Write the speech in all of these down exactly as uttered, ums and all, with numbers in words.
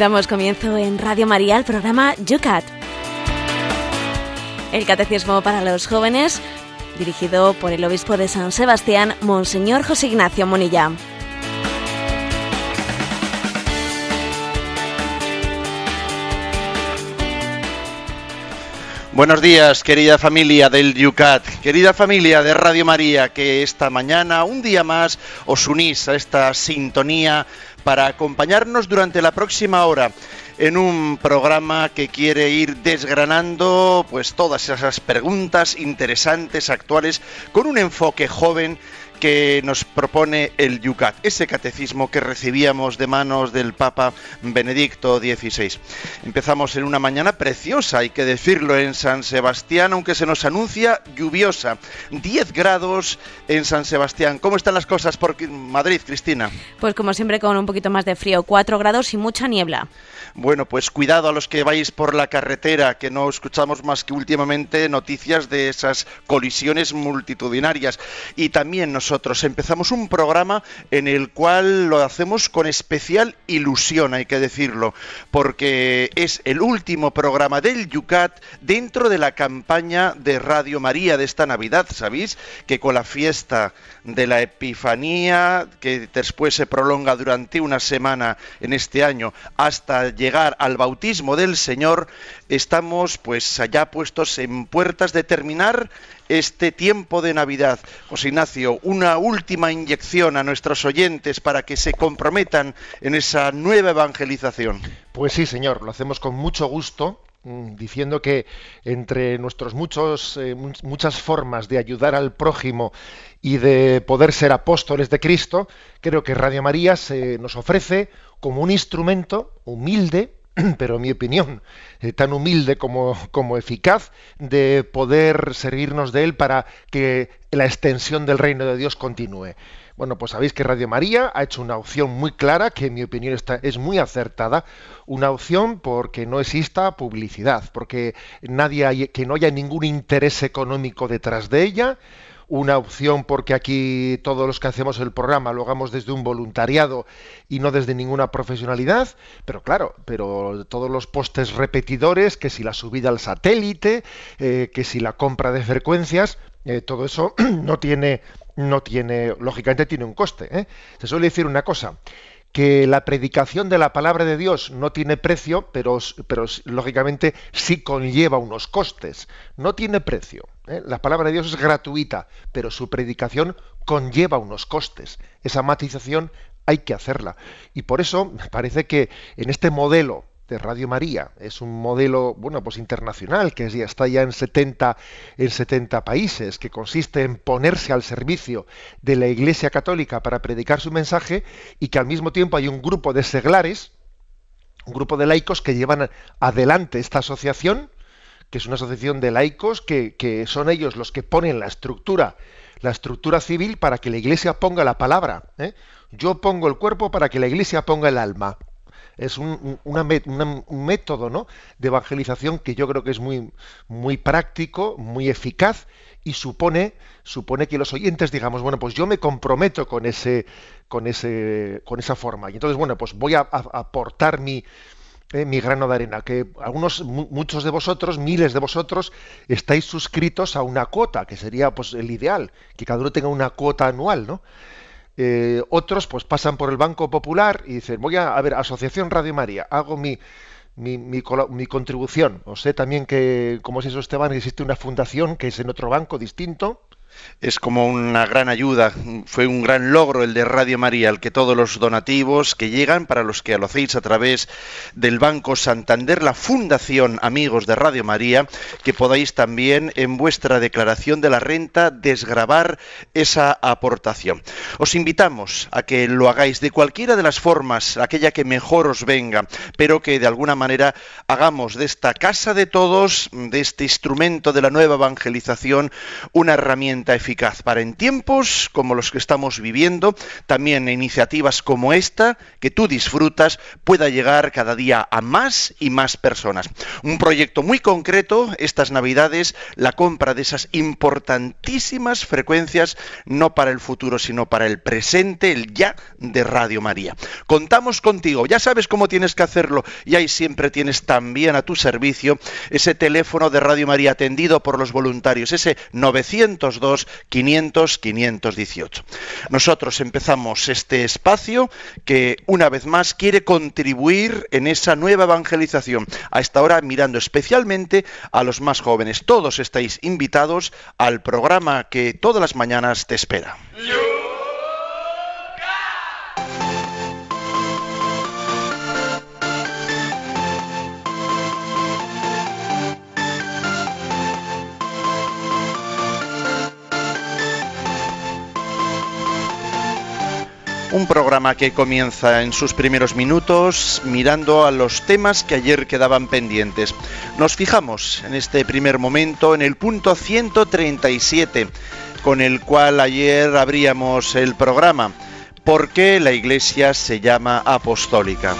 Damos comienzo en Radio María al programa Yucat, el catecismo para los jóvenes, dirigido por el obispo de San Sebastián, Monseñor José Ignacio Munilla. Buenos días, querida familia del Yucat, querida familia de Radio María, que esta mañana, un día más, os unís a esta sintonía para acompañarnos durante la próxima hora en un programa que quiere ir desgranando pues todas esas preguntas interesantes, actuales, con un enfoque joven que nos propone el Yucat, ese catecismo que recibíamos de manos del Papa Benedicto dieciséis. Empezamos en una mañana preciosa, hay que decirlo, en San Sebastián, aunque se nos anuncia lluviosa. diez grados en San Sebastián. ¿Cómo están las cosas por Madrid, Cristina? Pues como siempre con un poquito más de frío, cuatro grados y mucha niebla. Bueno, pues cuidado a los que vais por la carretera, que no escuchamos más que últimamente noticias de esas colisiones multitudinarias. Y también nosotros empezamos un programa en el cual lo hacemos con especial ilusión, hay que decirlo, porque es el último programa del Yucat dentro de la campaña de Radio María de esta Navidad. ¿Sabéis que con la fiesta de la Epifanía, que después se prolonga durante una semana en este año, hasta llegar al bautismo del Señor, estamos pues allá puestos en puertas de terminar este tiempo de Navidad? José Ignacio, una última inyección a nuestros oyentes para que se comprometan en esa nueva evangelización. Pues sí, señor, lo hacemos con mucho gusto, diciendo que entre nuestros muchos eh, muchas formas de ayudar al prójimo y de poder ser apóstoles de Cristo, creo que Radio María se nos ofrece como un instrumento humilde, pero en mi opinión eh, tan humilde como, como eficaz, de poder servirnos de él para que la extensión del reino de Dios continúe. Bueno, pues sabéis que Radio María ha hecho una opción muy clara, que en mi opinión está, es muy acertada, una opción porque no exista publicidad, porque nadie hay, que no haya ningún interés económico detrás de ella, una opción porque aquí todos los que hacemos el programa lo hagamos desde un voluntariado y no desde ninguna profesionalidad, pero claro, pero todos los postes repetidores, que si la subida al satélite, eh, que si la compra de frecuencias, eh, todo eso no tiene, no tiene, lógicamente tiene un coste, ¿eh? Se suele decir una cosa, que la predicación de la palabra de Dios no tiene precio, pero, pero lógicamente sí conlleva unos costes. No tiene precio, ¿eh? La palabra de Dios es gratuita, pero su predicación conlleva unos costes. Esa matización hay que hacerla. Y por eso me parece que en este modelo de Radio María, es un modelo, bueno, pues internacional, que ya está ya en setenta, en setenta países, que consiste en ponerse al servicio de la Iglesia Católica para predicar su mensaje, y que al mismo tiempo hay un grupo de seglares, un grupo de laicos que llevan adelante esta asociación, que es una asociación de laicos que, que son ellos los que ponen la estructura, la estructura civil para que la Iglesia ponga la palabra, ¿eh? Yo pongo el cuerpo para que la Iglesia ponga el alma. Es un, una, una, un método, ¿no?, de evangelización que yo creo que es muy, muy práctico, muy eficaz, y supone, supone que los oyentes digamos, bueno, pues yo me comprometo con ese, con ese, con esa forma. Y entonces, bueno, pues voy a, a aportar mi, eh, mi grano de arena. Que algunos, muchos de vosotros, miles de vosotros, estáis suscritos a una cuota, que sería pues el ideal, que cada uno tenga una cuota anual, ¿no? Eh, otros pues pasan por el Banco Popular y dicen, voy a, a ver, Asociación Radio María, hago mi, mi, mi, mi contribución. O sé también que, como es eso, Esteban, existe una fundación que es en otro banco distinto. Es como una gran ayuda, fue un gran logro el de Radio María, el que todos los donativos que llegan, para los que lo hacéis a través del Banco Santander, la Fundación Amigos de Radio María, que podáis también en vuestra declaración de la renta desgravar esa aportación. Os invitamos a que lo hagáis de cualquiera de las formas, aquella que mejor os venga, pero que de alguna manera hagamos de esta casa de todos, de este instrumento de la nueva evangelización, una herramienta herramienta eficaz para en tiempos como los que estamos viviendo, también iniciativas como esta, que tú disfrutas, pueda llegar cada día a más y más personas. Un proyecto muy concreto, estas Navidades, la compra de esas importantísimas frecuencias, no para el futuro, sino para el presente, el ya de Radio María. Contamos contigo, ya sabes cómo tienes que hacerlo, y ahí siempre tienes también a tu servicio ese teléfono de Radio María atendido por los voluntarios, ese novecientos dos, quinientos, quinientos dieciocho. Nosotros empezamos este espacio que, una vez más, quiere contribuir en esa nueva evangelización, a esta hora mirando especialmente a los más jóvenes. Todos estáis invitados al programa que todas las mañanas te espera. Un programa que comienza en sus primeros minutos mirando a los temas que ayer quedaban pendientes. Nos fijamos en este primer momento en el punto ciento treinta y siete, con el cual ayer abríamos el programa. ¿Por qué la Iglesia se llama apostólica?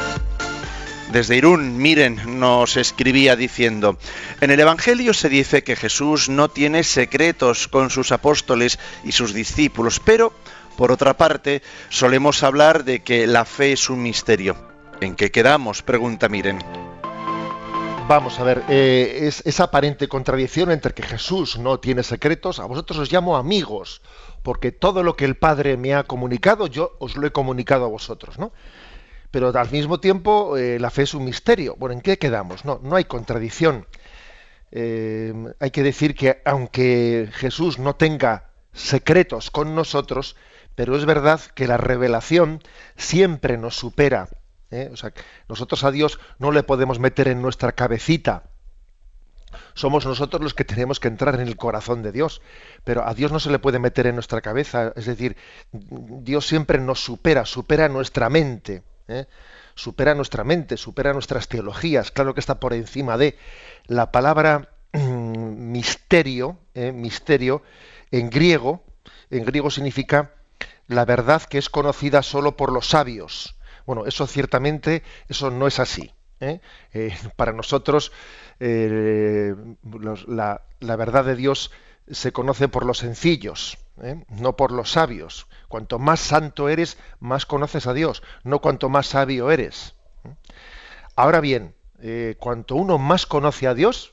Desde Irún, Miren nos escribía diciendo: en el Evangelio se dice que Jesús no tiene secretos con sus apóstoles y sus discípulos, pero por otra parte, solemos hablar de que la fe es un misterio. ¿En qué quedamos?, pregunta Miren. Vamos a ver, eh, es esa aparente contradicción entre que Jesús no tiene secretos. A vosotros os llamo amigos, porque todo lo que el Padre me ha comunicado, yo os lo he comunicado a vosotros, ¿no? Pero al mismo tiempo, eh, la fe es un misterio. Bueno, ¿en qué quedamos? No, no hay contradicción. Eh, hay que decir que aunque Jesús no tenga secretos con nosotros, pero es verdad que la revelación siempre nos supera, ¿eh? O sea, nosotros a Dios no le podemos meter en nuestra cabecita. Somos nosotros los que tenemos que entrar en el corazón de Dios, pero a Dios no se le puede meter en nuestra cabeza. Es decir, Dios siempre nos supera, supera nuestra mente, ¿eh? supera nuestra mente, supera nuestras teologías. Claro que está por encima de la palabra misterio, ¿eh? misterio en griego, en griego significa la verdad que es conocida solo por los sabios. Bueno, eso ciertamente, eso no es así, ¿eh? Eh, para nosotros eh, los, la, la verdad de Dios se conoce por los sencillos, ¿eh? no por los sabios. Cuanto más santo eres, más conoces a Dios, no cuanto más sabio eres. Ahora bien, eh, cuanto uno más conoce a Dios,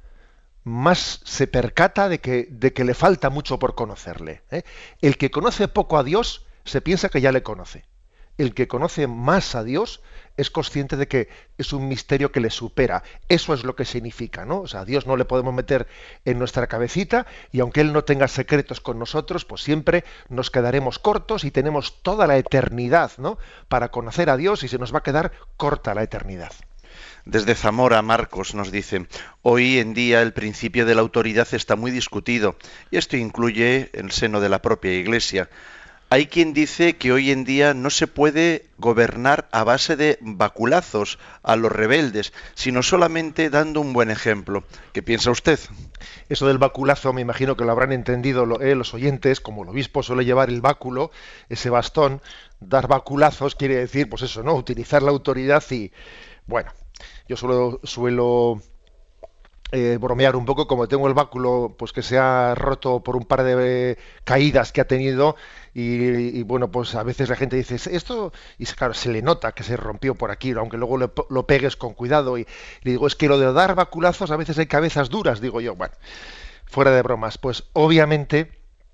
más se percata de que, de que le falta mucho por conocerle, ¿eh? El que conoce poco a Dios se piensa que ya le conoce. El que conoce más a Dios es consciente de que es un misterio que le supera. Eso es lo que significa, ¿no? O sea, a Dios no le podemos meter en nuestra cabecita, y aunque Él no tenga secretos con nosotros, pues siempre nos quedaremos cortos y tenemos toda la eternidad, ¿no?, para conocer a Dios, y se nos va a quedar corta la eternidad. Desde Zamora, Marcos nos dice: hoy en día el principio de la autoridad está muy discutido, y esto incluye el seno de la propia Iglesia. Hay quien dice que hoy en día no se puede gobernar a base de baculazos a los rebeldes, sino solamente dando un buen ejemplo. ¿Qué piensa usted? Eso del baculazo me imagino que lo habrán entendido eh, los oyentes, como el obispo suele llevar el báculo, ese bastón. Dar baculazos quiere decir, pues eso, ¿no?, utilizar la autoridad. Y bueno, yo suelo, suelo eh, bromear un poco, como tengo el báculo pues que se ha roto por un par de eh, caídas que ha tenido, y, y bueno, pues a veces la gente dice esto, y claro, se le nota que se rompió por aquí, aunque luego lo, lo pegues con cuidado, y le digo, es que lo de dar baculazos a veces hay cabezas duras, digo yo. Bueno, fuera de bromas, pues obviamente,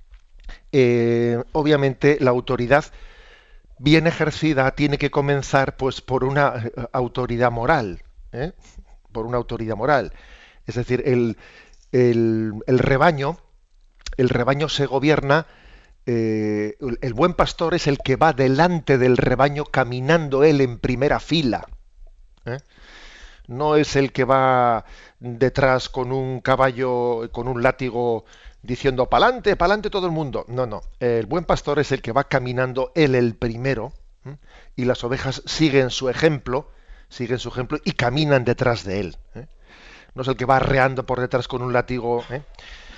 eh, obviamente la autoridad bien ejercida tiene que comenzar pues por una autoridad moral, ¿eh? por una autoridad moral. Es decir, el, el, el rebaño, el rebaño se gobierna, eh, el, el buen pastor es el que va delante del rebaño caminando él en primera fila, ¿eh? No es el que va detrás con un caballo, con un látigo, diciendo pa'lante, pa'lante todo el mundo. No, no. El buen pastor es el que va caminando él el primero, ¿eh? y las ovejas siguen su ejemplo, siguen su ejemplo y caminan detrás de él, ¿eh? No es el que va arreando por detrás con un látigo, ¿eh?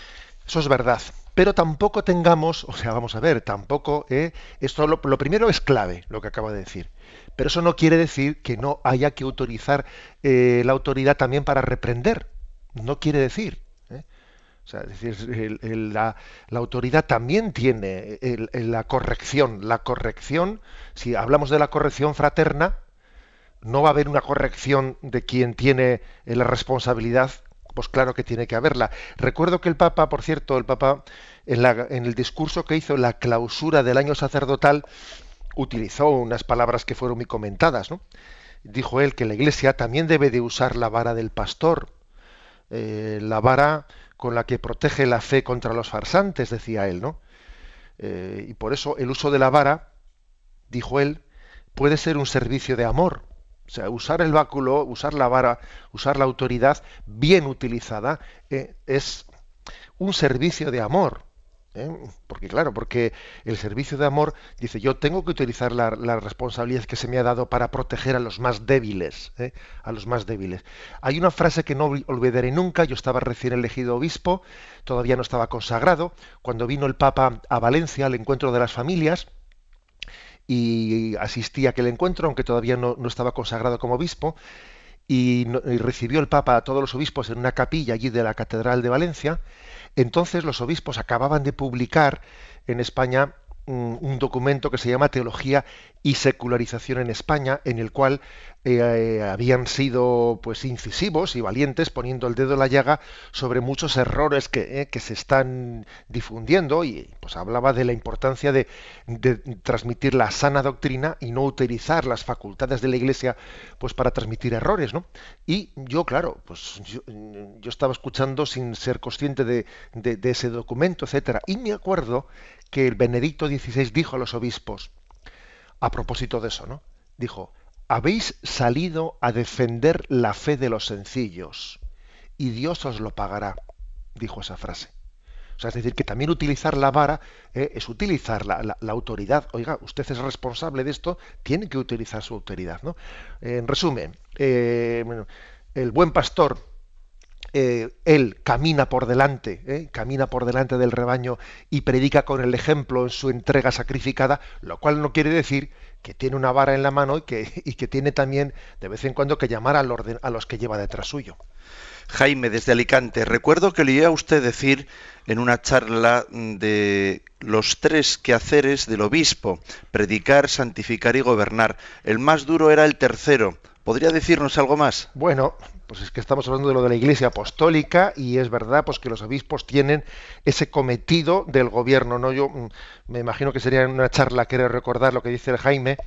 Eso es verdad. Pero tampoco tengamos, o sea, vamos a ver, tampoco, ¿eh? Esto lo, lo primero es clave, lo que acabo de decir. Pero eso no quiere decir que no haya que autorizar eh, la autoridad también para reprender. No quiere decir. ¿eh? O sea, es decir, el- el- la, la autoridad también tiene el- el- la corrección. La corrección, si hablamos de la corrección fraterna, no va a haber una corrección de quien tiene eh, la responsabilidad, pues claro que tiene que haberla. Recuerdo que el Papa, por cierto, el Papa en, la- en el discurso que hizo en la clausura del año sacerdotal utilizó unas palabras que fueron muy comentadas, ¿no? Dijo él que la Iglesia también debe de usar la vara del pastor, eh, la vara con la que protege la fe contra los farsantes, decía él, ¿no? Eh, y por eso el uso de la vara, dijo él, puede ser un servicio de amor. O sea, usar el báculo, usar la vara, usar la autoridad bien utilizada, eh, es un servicio de amor. ¿eh? Porque claro, porque el servicio de amor dice, yo tengo que utilizar la, la responsabilidad que se me ha dado para proteger a los más débiles, ¿eh? a los más débiles. Hay una frase que no olvidaré nunca. Yo estaba recién elegido obispo, todavía no estaba consagrado, cuando vino el Papa a Valencia al encuentro de las familias, y asistí a aquel encuentro, aunque todavía no, no estaba consagrado como obispo, y, no- y recibió el Papa a todos los obispos en una capilla allí de la Catedral de Valencia. Entonces los obispos acababan de publicar en España un, un documento que se llama Teología y Secularización en España, en el cual eh, habían sido pues incisivos y valientes, poniendo el dedo en la llaga sobre muchos errores que, eh, que se están difundiendo, y pues hablaba de la importancia de, de transmitir la sana doctrina y no utilizar las facultades de la Iglesia pues para transmitir errores, ¿no? Y yo, claro, pues yo, yo estaba escuchando sin ser consciente de, de- de ese documento, etcétera. Y me acuerdo que el Benedicto dieciséis dijo a los obispos, a propósito de eso, ¿no? Dijo, habéis salido a defender la fe de los sencillos y Dios os lo pagará, dijo esa frase. O sea, es decir, que también utilizar la vara eh, es utilizar la, la- la autoridad. Oiga, usted es responsable de esto, tiene que utilizar su autoridad, ¿no? En resumen, eh, bueno, el buen pastor, eh, él camina por delante, ¿eh? camina por delante del rebaño y predica con el ejemplo en su entrega sacrificada, lo cual no quiere decir que tiene una vara en la mano y que, y que tiene también de vez en cuando que llamar al orden a los que lleva detrás suyo. Jaime, desde Alicante, recuerdo que le oí a usted decir en una charla de los tres quehaceres del obispo: predicar, santificar y gobernar. El más duro era el tercero. ¿Podría decirnos algo más? Bueno, pues es que estamos hablando de lo de la Iglesia Apostólica, y es verdad pues que los obispos tienen ese cometido del gobierno, ¿no? Yo mm, me imagino que sería en una charla, quiero recordar lo que dice el Jaime.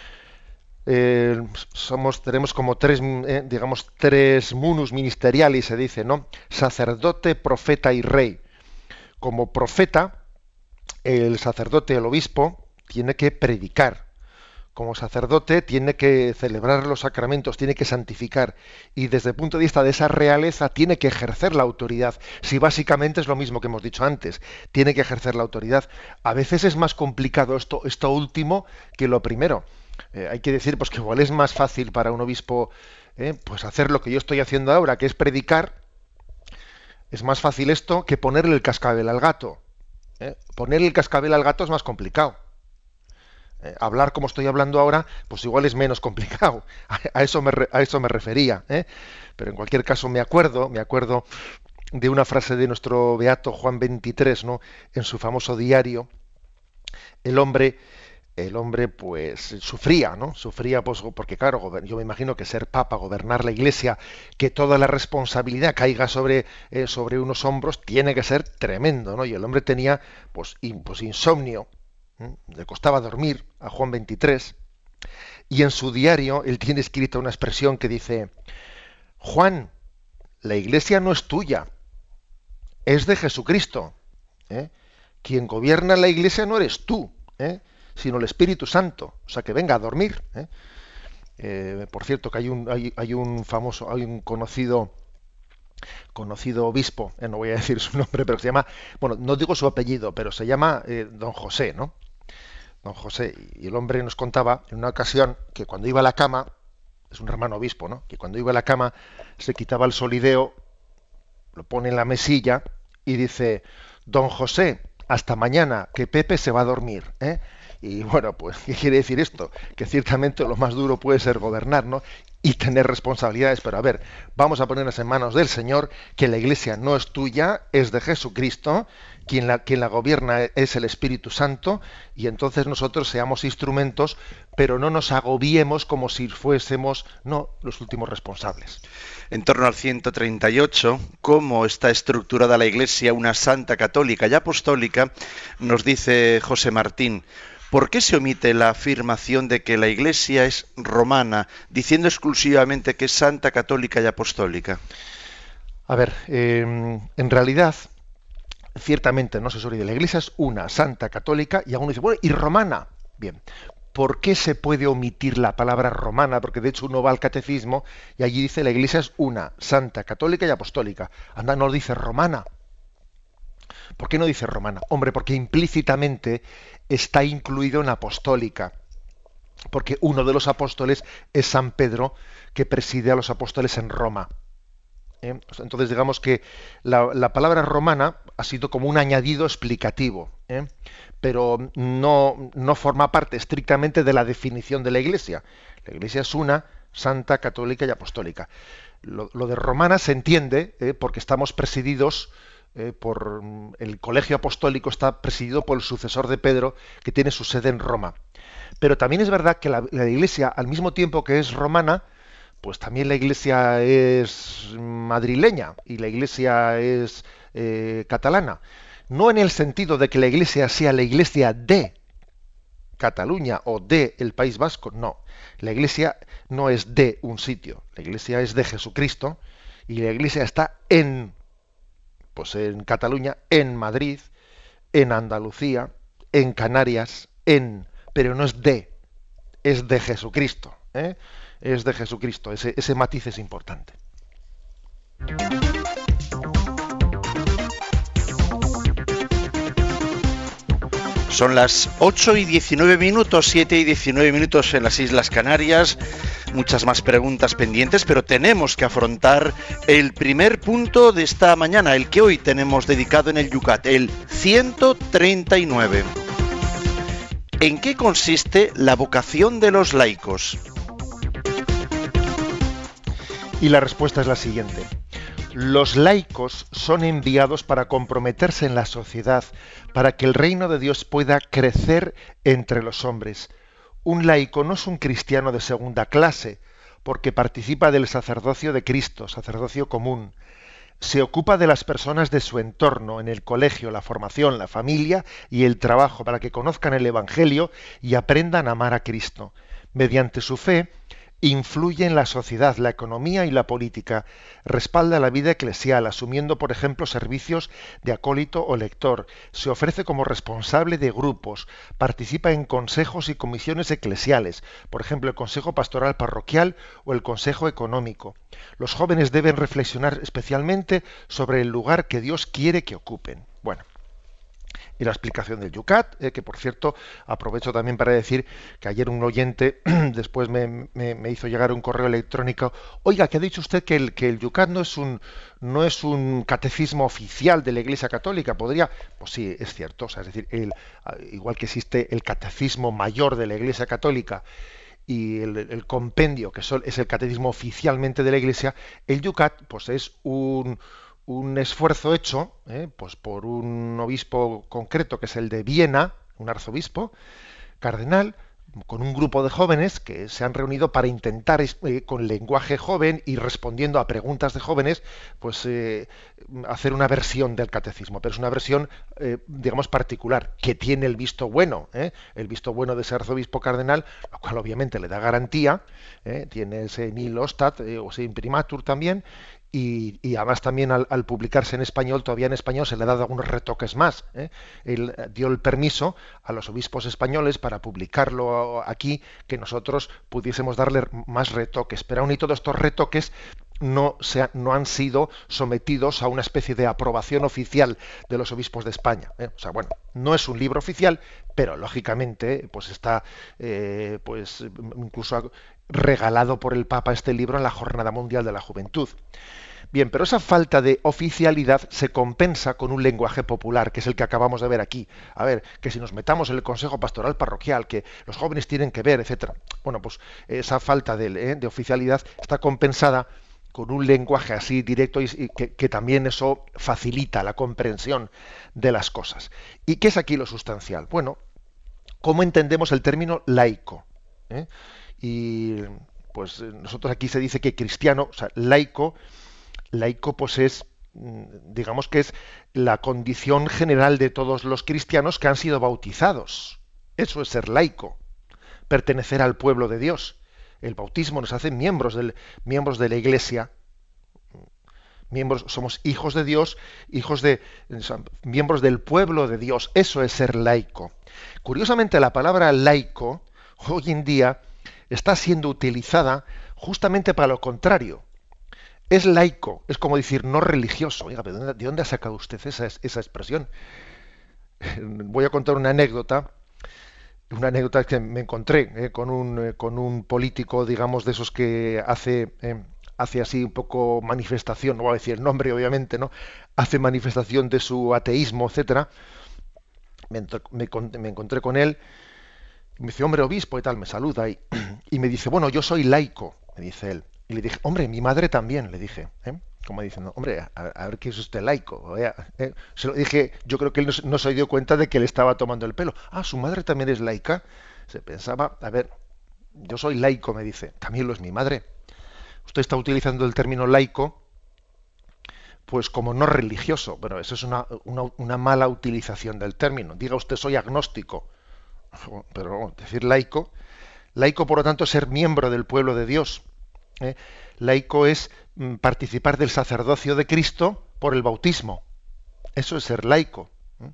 eh, somos tenemos como tres mm, eh, digamos tres munus ministeriali, se dice, ¿no? Sacerdote, profeta y rey. Como profeta, el sacerdote, el obispo, tiene que predicar. Como sacerdote tiene que celebrar los sacramentos, tiene que santificar, y desde el punto de vista de esa realeza tiene que ejercer la autoridad. Si básicamente es lo mismo que hemos dicho antes, tiene que ejercer la autoridad. A veces es más complicado esto, esto último que lo primero. Eh, hay que decir pues que igual es más fácil para un obispo eh, pues hacer lo que yo estoy haciendo ahora, que es predicar. Es más fácil esto que ponerle el cascabel al gato. ¿eh? Ponerle el cascabel al gato es más complicado. Eh, hablar como estoy hablando ahora, pues igual es menos complicado. A, a eso me re- a eso me refería. ¿eh? Pero en cualquier caso me acuerdo, me acuerdo de una frase de nuestro beato Juan veintitrés, ¿no? En su famoso diario. El hombre, el hombre, pues sufría, ¿no? Sufría, pues, porque claro, gober- yo me imagino que ser papa, gobernar la Iglesia, que toda la responsabilidad caiga sobre, eh, sobre unos hombros, tiene que ser tremendo, ¿no? Y el hombre tenía, pues, in- pues insomnio. ¿eh? Le costaba dormir a Juan veintitrés, y en su diario él tiene escrita una expresión que dice: Juan, la Iglesia no es tuya, es de Jesucristo. ¿eh? Quien gobierna la Iglesia no eres tú, ¿eh? sino el Espíritu Santo. O sea, que venga a dormir. ¿eh? Eh, por cierto, que hay un, hay, hay un famoso, hay un conocido conocido obispo, eh, no voy a decir su nombre, pero se llama, bueno, no digo su apellido, pero se llama eh, Don José, ¿no? Don José, y el hombre nos contaba en una ocasión que cuando iba a la cama, es un hermano obispo, ¿no? Que cuando iba a la cama se quitaba el solideo, lo pone en la mesilla y dice, don José, hasta mañana, que Pepe se va a dormir, ¿eh? Y bueno, pues, ¿qué quiere decir esto? Que ciertamente lo más duro puede ser gobernar, ¿no? Y tener responsabilidades, pero a ver, vamos a ponernos en manos del Señor, que la Iglesia no es tuya, es de Jesucristo, quien la, quien la gobierna es el Espíritu Santo, y entonces nosotros seamos instrumentos, pero no nos agobiemos como si fuésemos, no, los últimos responsables. En torno al ciento treinta y ocho, cómo está estructurada la Iglesia, una santa católica y apostólica, nos dice José Martín, ¿por qué se omite la afirmación de que la Iglesia es romana, diciendo exclusivamente que es santa, católica y apostólica? A ver, eh, en realidad, ciertamente no se suele. La Iglesia es una, santa, católica, y alguno dice, bueno, y romana. Bien, ¿por qué se puede omitir la palabra romana? Porque de hecho uno va al catecismo y allí dice la Iglesia es una, santa, católica y apostólica. Anda, no dice romana. ¿Por qué no dice romana? Hombre, porque implícitamente está incluido en apostólica. Porque uno de los apóstoles es San Pedro, que preside a los apóstoles en Roma. ¿Eh? Entonces digamos que la, la palabra romana ha sido como un añadido explicativo, ¿eh? Pero no, no forma parte estrictamente de la definición de la Iglesia. La Iglesia es una, santa, católica y apostólica. Lo, lo de romana se entiende ¿eh? porque estamos presididos eh, por el colegio apostólico, está presidido por el sucesor de Pedro, que tiene su sede en Roma. Pero también es verdad que la, la Iglesia, al mismo tiempo que es romana, pues también la Iglesia es madrileña y la Iglesia es eh, catalana. No en el sentido de que la Iglesia sea la Iglesia de Cataluña o de el País Vasco, no. La Iglesia no es de un sitio, la Iglesia es de Jesucristo y la Iglesia está en, pues en Cataluña, en Madrid, en Andalucía, en Canarias, en, pero no es de, es de Jesucristo, ¿eh? Es de Jesucristo, ese, ese matiz es importante. Son las ocho y diecinueve minutos, siete y diecinueve minutos en las Islas Canarias. Muchas más preguntas pendientes, pero tenemos que afrontar el primer punto de esta mañana, el que hoy tenemos dedicado en el Yucat, el ciento treinta y nueve. ¿En qué consiste la vocación de los laicos? Y la respuesta es la siguiente. Los laicos son enviados para comprometerse en la sociedad, para que el reino de Dios pueda crecer entre los hombres. Un laico no es un cristiano de segunda clase, porque participa del sacerdocio de Cristo, sacerdocio común. Se ocupa de las personas de su entorno, en el colegio, la formación, la familia y el trabajo, para que conozcan el Evangelio y aprendan a amar a Cristo. Mediante su fe, influye en la sociedad, la economía y la política, respalda la vida eclesial, asumiendo, por ejemplo, servicios de acólito o lector, se ofrece como responsable de grupos, participa en consejos y comisiones eclesiales, por ejemplo, el Consejo Pastoral Parroquial o el Consejo Económico. Los jóvenes deben reflexionar especialmente sobre el lugar que Dios quiere que ocupen. Bueno, y la explicación del Yucat, eh, que por cierto aprovecho también para decir que ayer un oyente después me, me, me hizo llegar un correo electrónico. Oiga, que ha dicho usted que el, que el Yucat no es un no es un catecismo oficial de la Iglesia Católica. ¿Podría? Pues sí, es cierto. O sea, es decir, el, igual que existe el catecismo mayor de la Iglesia Católica y el, el compendio, que son, es el catecismo oficialmente de la Iglesia, el Yucat pues es un un esfuerzo hecho eh, pues por un obispo concreto, que es el de Viena, un arzobispo cardenal, con un grupo de jóvenes que se han reunido para intentar, eh, con lenguaje joven y respondiendo a preguntas de jóvenes, pues eh, hacer una versión del catecismo, pero es una versión, eh, digamos, particular, que tiene el visto bueno, ¿eh? el visto bueno de ese arzobispo cardenal, lo cual obviamente le da garantía, ¿eh? tiene ese nihil ostat, eh, o ese imprimatur también, Y, y además también al, al publicarse en español, todavía en español se le ha dado algunos retoques más. ¿eh? Él dio el permiso a los obispos españoles para publicarlo aquí, que nosotros pudiésemos darle más retoques. Pero aún y todos estos retoques no, se ha, no han sido sometidos a una especie de aprobación oficial de los obispos de España. ¿eh? O sea, bueno, no es un libro oficial, pero lógicamente pues está eh, pues incluso regalado por el Papa este libro en la Jornada Mundial de la Juventud. Bien, pero esa falta de oficialidad se compensa con un lenguaje popular, que es el que acabamos de ver aquí. A ver, que si nos metamos en el Consejo Pastoral Parroquial, que los jóvenes tienen que ver, etcétera. Bueno, pues esa falta de, eh, de oficialidad está compensada con un lenguaje así directo y, y que, que también eso facilita la comprensión de las cosas. ¿Y qué es aquí lo sustancial? Bueno, ¿cómo entendemos el término laico? ¿Eh? Y pues nosotros aquí se dice que cristiano, o sea, laico, laico pues es, digamos que es la condición general de todos los cristianos que han sido bautizados. Eso es ser laico, pertenecer al pueblo de Dios. El bautismo nos hace miembros del, miembros de la Iglesia. Miembros, somos hijos de Dios, hijos de, miembros del pueblo de Dios. Eso es ser laico. Curiosamente, la palabra laico hoy en día está siendo utilizada justamente para lo contrario. Es laico, es como decir no religioso. Oiga, ¿de dónde ha sacado usted esa, esa expresión? Voy a contar una anécdota. Una anécdota que me encontré eh, con, un, eh, con un político, digamos, de esos que hace, eh, hace así un poco manifestación, no voy a decir el nombre, obviamente, ¿no? Hace manifestación de su ateísmo, etcétera. Me, me, me encontré con él, y me dice, hombre, obispo y tal, me saluda y, y me dice, bueno, yo soy laico, me dice él. Y le dije, hombre, mi madre también, le dije, ¿eh? Como diciendo, hombre, a, a ver qué es usted laico. ¿Eh? Se lo dije, yo creo que él no, no se dio cuenta de que le estaba tomando el pelo. Ah, su madre también es laica. Se pensaba, a ver, yo soy laico, me dice, también lo es mi madre. Usted está utilizando el término laico, pues como no religioso. Bueno, eso es una, una, una mala utilización del término. Diga usted, soy agnóstico. Pero decir laico, laico por lo tanto es ser miembro del pueblo de Dios. ¿Eh? Laico es mm, participar del sacerdocio de Cristo por el bautismo. Eso es ser laico. ¿Eh?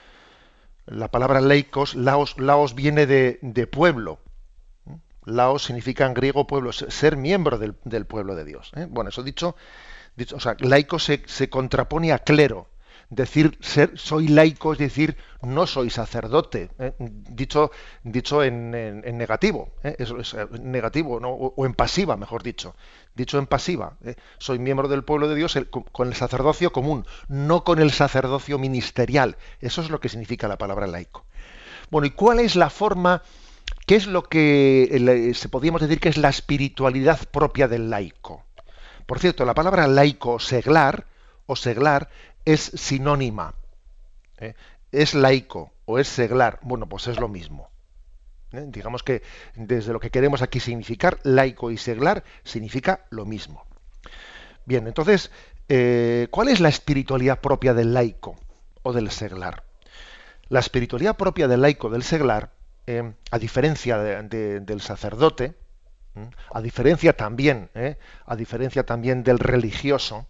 La palabra laicos, laos, laos viene de, de pueblo. ¿Eh? Laos significa en griego pueblo, ser miembro del, del pueblo de Dios. ¿Eh? Bueno, eso dicho, dicho, o sea, laico se, se contrapone a clero. Decir ser soy laico es decir no soy sacerdote, ¿eh? dicho dicho en, en, en negativo, ¿eh? Eso es negativo, ¿no? o, o en pasiva, mejor dicho, dicho en pasiva. ¿eh? Soy miembro del pueblo de Dios el, con el sacerdocio común, no con el sacerdocio ministerial. Eso es lo que significa la palabra laico. Bueno, ¿y cuál es la forma? ¿Qué es lo que se podríamos decir que es la espiritualidad propia del laico? Por cierto, la palabra laico, seglar o seglar es sinónima. ¿eh? Es laico o es seglar. Bueno, pues es lo mismo. ¿eh? Digamos que desde lo que queremos aquí significar, laico y seglar significa lo mismo. Bien, entonces, eh, ¿cuál es la espiritualidad propia del laico o del seglar? La espiritualidad propia del laico, del seglar, eh, a diferencia de, de, del sacerdote, ¿eh? a diferencia también, ¿eh? a diferencia también del religioso,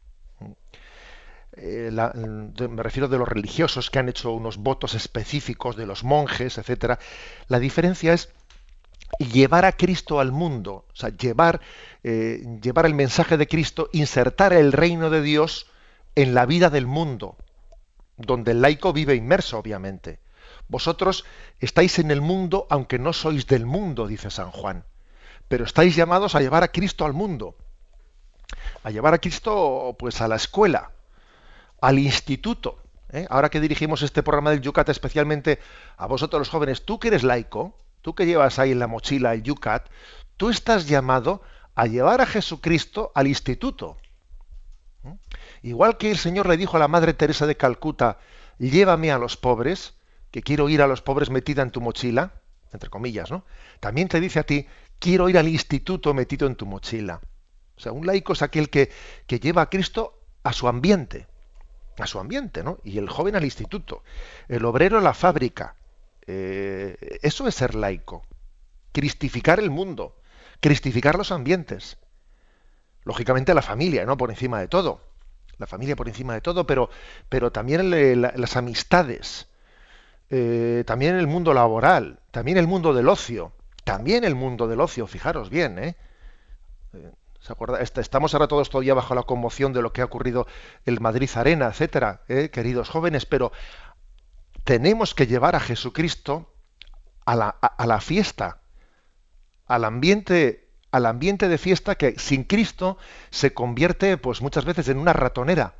Eh, la, de, me refiero de los religiosos que han hecho unos votos específicos, de los monjes, etcétera. La diferencia es llevar a Cristo al mundo, o sea, llevar, eh, llevar el mensaje de Cristo, insertar el reino de Dios en la vida del mundo, donde el laico vive inmerso, obviamente. Vosotros estáis en el mundo, aunque no sois del mundo, dice San Juan, pero estáis llamados a llevar a Cristo al mundo, a llevar a Cristo, pues, a la escuela, al instituto. ¿eh? Ahora que dirigimos este programa del Yucat especialmente a vosotros los jóvenes, tú que eres laico, tú que llevas ahí en la mochila el Yucat, tú estás llamado a llevar a Jesucristo al instituto. ¿eh? Igual que el Señor le dijo a la Madre Teresa de Calcuta, llévame a los pobres, que quiero ir a los pobres metida en tu mochila, entre comillas, ¿no? También te dice a ti, quiero ir al instituto metido en tu mochila. O sea, un laico es aquel que, que lleva a Cristo a su ambiente. a su ambiente, ¿no? Y el joven al instituto, el obrero a la fábrica. Eh, eso es ser laico. Cristificar el mundo, cristificar los ambientes. Lógicamente la familia, ¿no? Por encima de todo. La familia por encima de todo, pero, pero también le, la, las amistades, eh, también el mundo laboral, también el mundo del ocio, también el mundo del ocio, fijaros bien, ¿eh? eh ¿Se acuerda? Estamos ahora todos todavía bajo la conmoción de lo que ha ocurrido el Madrid Arena, etcétera, ¿eh? Queridos jóvenes, pero tenemos que llevar a Jesucristo a la, a, a la fiesta, al ambiente, al ambiente de fiesta que sin Cristo se convierte pues muchas veces en una ratonera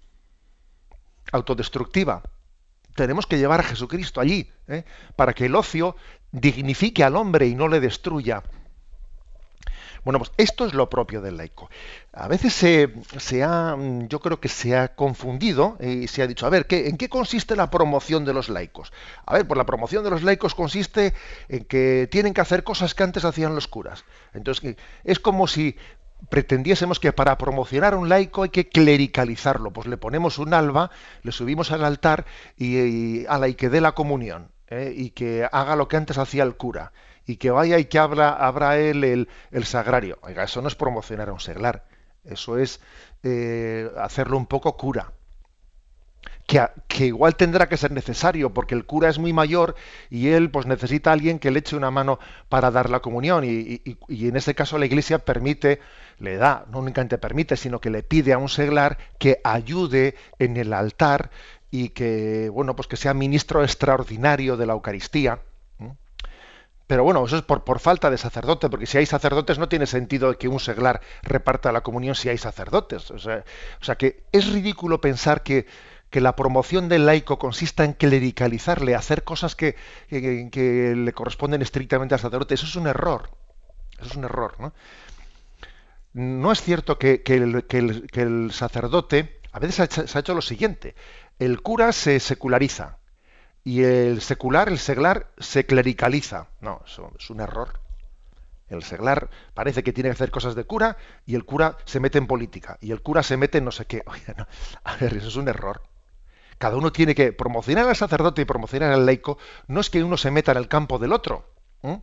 autodestructiva. Tenemos que llevar a Jesucristo allí, ¿eh? para que el ocio dignifique al hombre y no le destruya. Bueno, pues esto es lo propio del laico. A veces se, se ha, yo creo que se ha confundido y se ha dicho, a ver, ¿qué, ¿en qué consiste la promoción de los laicos? A ver, pues la promoción de los laicos consiste en que tienen que hacer cosas que antes hacían los curas. Entonces, es como si pretendiésemos que para promocionar a un laico hay que clericalizarlo. Pues le ponemos un alba, le subimos al altar y, y, ala, y que dé la comunión, ¿eh? y que haga lo que antes hacía el cura. Y que vaya y que abra, abra él el, el sagrario. Oiga, eso no es promocionar a un seglar. Eso es eh, hacerlo un poco cura. Que, a, que igual tendrá que ser necesario, porque el cura es muy mayor y él pues necesita a alguien que le eche una mano para dar la comunión. Y, y, y en ese caso la Iglesia permite, le da, no únicamente permite, sino que le pide a un seglar que ayude en el altar y que, bueno, pues que sea ministro extraordinario de la Eucaristía. Pero bueno, eso es por, por falta de sacerdote, porque si hay sacerdotes no tiene sentido que un seglar reparta la comunión si hay sacerdotes. O sea, o sea que es ridículo pensar que, que la promoción del laico consista en clericalizarle, hacer cosas que, que, que le corresponden estrictamente al sacerdote. Eso es un error. Eso es un error, ¿no? No es cierto que, que, el, que, el, que el sacerdote, a veces se ha, hecho, se ha hecho lo siguiente, el cura se seculariza. Y el secular, el seglar, se clericaliza. No, eso es un error. El seglar parece que tiene que hacer cosas de cura y el cura se mete en política. Y el cura se mete en no sé qué. Oye, no. A ver, eso es un error. Cada uno tiene que promocionar al sacerdote y promocionar al laico. No es que uno se meta en el campo del otro, ¿eh?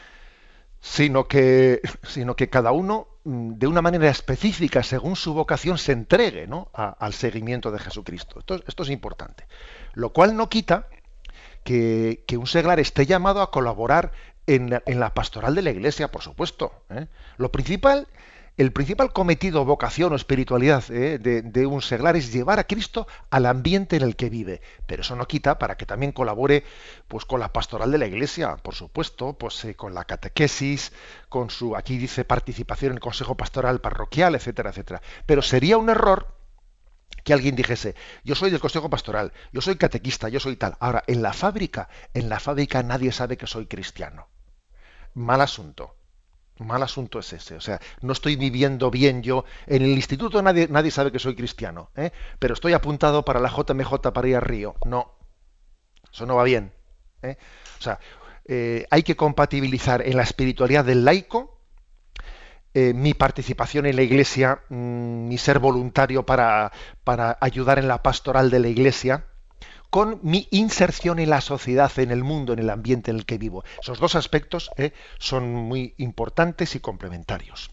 sino que, sino que cada uno, de una manera específica, según su vocación, se entregue, ¿no? a, al seguimiento de Jesucristo. Esto, esto es importante. Lo cual no quita Que, que un seglar esté llamado a colaborar en la, en la pastoral de la Iglesia, por supuesto. ¿eh? Lo principal, el principal cometido, vocación o espiritualidad ¿eh? de, de un seglar es llevar a Cristo al ambiente en el que vive. Pero eso no quita para que también colabore pues, con la pastoral de la Iglesia, por supuesto, pues eh, con la catequesis, con su, aquí dice, participación en el consejo pastoral parroquial, etcétera, etcétera. Pero sería un error que alguien dijese, yo soy del consejo pastoral, yo soy catequista, yo soy tal. Ahora, en la fábrica, en la fábrica nadie sabe que soy cristiano. Mal asunto. Mal asunto es ese. O sea, no estoy viviendo bien yo. En el instituto nadie, nadie sabe que soy cristiano, ¿eh? pero estoy apuntado para la J M J para ir a Río. No. Eso no va bien. ¿eh? O sea, eh, hay que compatibilizar en la espiritualidad del laico Eh, mi participación en la Iglesia, mmm, mi ser voluntario para, para ayudar en la pastoral de la Iglesia, con mi inserción en la sociedad, en el mundo, en el ambiente en el que vivo. Esos dos aspectos eh, son muy importantes y complementarios.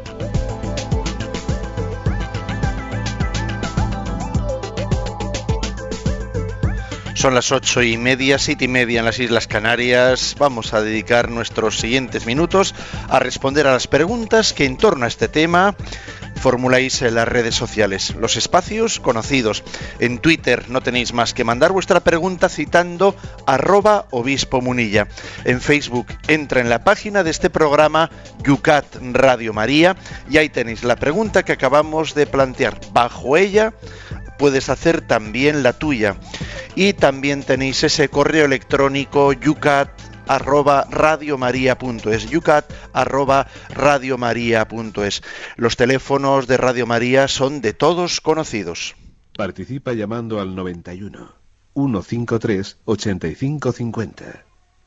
Son las ocho y media, siete y media en las Islas Canarias. Vamos a dedicar nuestros siguientes minutos a responder a las preguntas que en torno a este tema formuláis en las redes sociales, los espacios conocidos. En Twitter no tenéis más que mandar vuestra pregunta citando arroba obispo munilla. En Facebook entra en la página de este programa Yucat Radio María y ahí tenéis la pregunta que acabamos de plantear. Bajo ella puedes hacer también la tuya. Y también tenéis ese correo electrónico yucat arroba radiomaria punto es, yucat arroba radiomaria punto es. Los teléfonos de Radio María son de todos conocidos. Participa llamando al noventa y uno, ciento cincuenta y tres, ochenta y cinco cincuenta.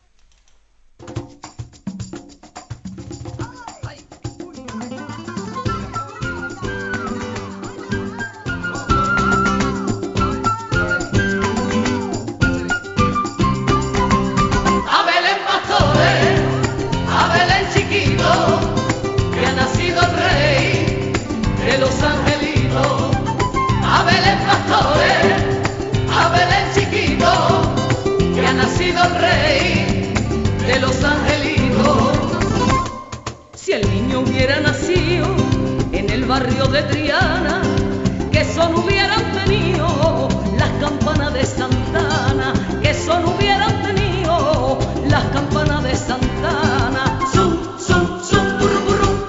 Rey de los angelitos. Si el niño hubiera nacido en el barrio de Triana, que son hubieran tenido las campanas de Santana, que son hubieran tenido las campanas de Santana. Zum, zum, zum, burru, burru.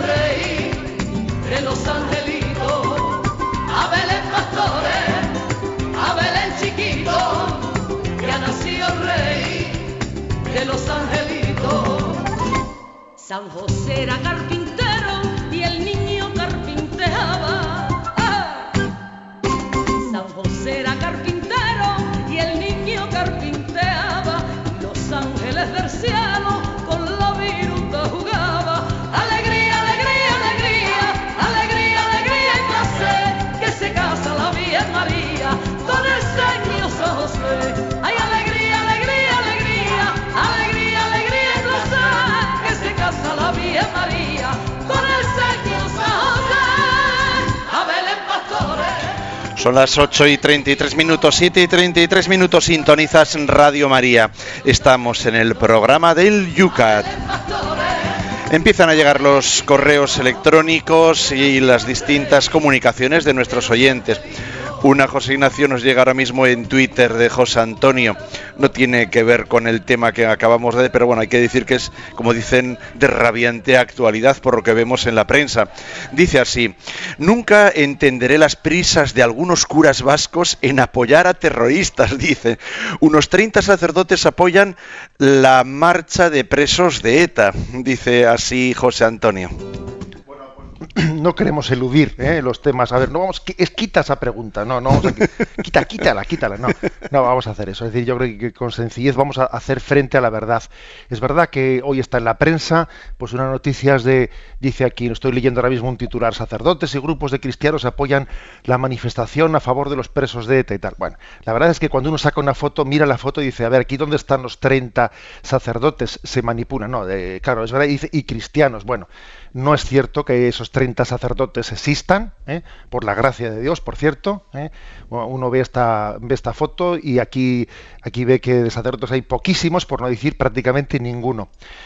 rey de los angelitos, a Belén pastores, a Belén chiquito, que ha nacido el rey de los angelitos. San José era carpintero y el niño carpinteaba. ¡Ah! San José era carpintero y el niño carpinteaba. Y los ángeles del cielo con la viruta jugaba. Alegría, alegría, alegría, alegría, alegría y placer, que se casa la Virgen María con ese niño San José. Ay, alegría, alegría, alegría, alegría, alegría y placer, que se casa la Virgen María con ese niño San José. A Belén pastores. Son las ocho y treinta y tres minutos, siete y treinta y tres minutos, sintonizas Radio María. Estamos en el programa del Yucat. Empiezan a llegar los correos electrónicos y las distintas comunicaciones de nuestros oyentes. Una, José Ignacio, nos llega ahora mismo en Twitter de José Antonio. No tiene que ver con el tema que acabamos de... Pero bueno, hay que decir que es, como dicen, de rabiante actualidad por lo que vemos en la prensa. Dice así: nunca entenderé las prisas de algunos curas vascos en apoyar a terroristas, dice. Unos treinta sacerdotes apoyan la marcha de presos de ETA, dice así José Antonio. No queremos eludir ¿eh? los temas. A ver, no vamos, es quita esa pregunta. No, no vamos a, quita, quítala, quítala. No, no vamos a hacer eso. Es decir, yo creo que con sencillez vamos a hacer frente a la verdad. Es verdad que hoy está en la prensa, pues unas noticias de, dice aquí, estoy leyendo ahora mismo un titular: sacerdotes y grupos de cristianos apoyan la manifestación a favor de los presos de ETA y tal. Bueno, la verdad es que cuando uno saca una foto, mira la foto y dice, a ver, aquí dónde están los treinta sacerdotes, se manipulan. No, de, claro, es verdad, y dice, y cristianos. Bueno, no es cierto que esos treinta sacerdotes existan, ¿eh? Por la gracia de Dios, por cierto. ¿eh? Uno ve esta, ve esta foto y aquí, aquí ve que de sacerdotes hay poquísimos, por no decir prácticamente ninguno.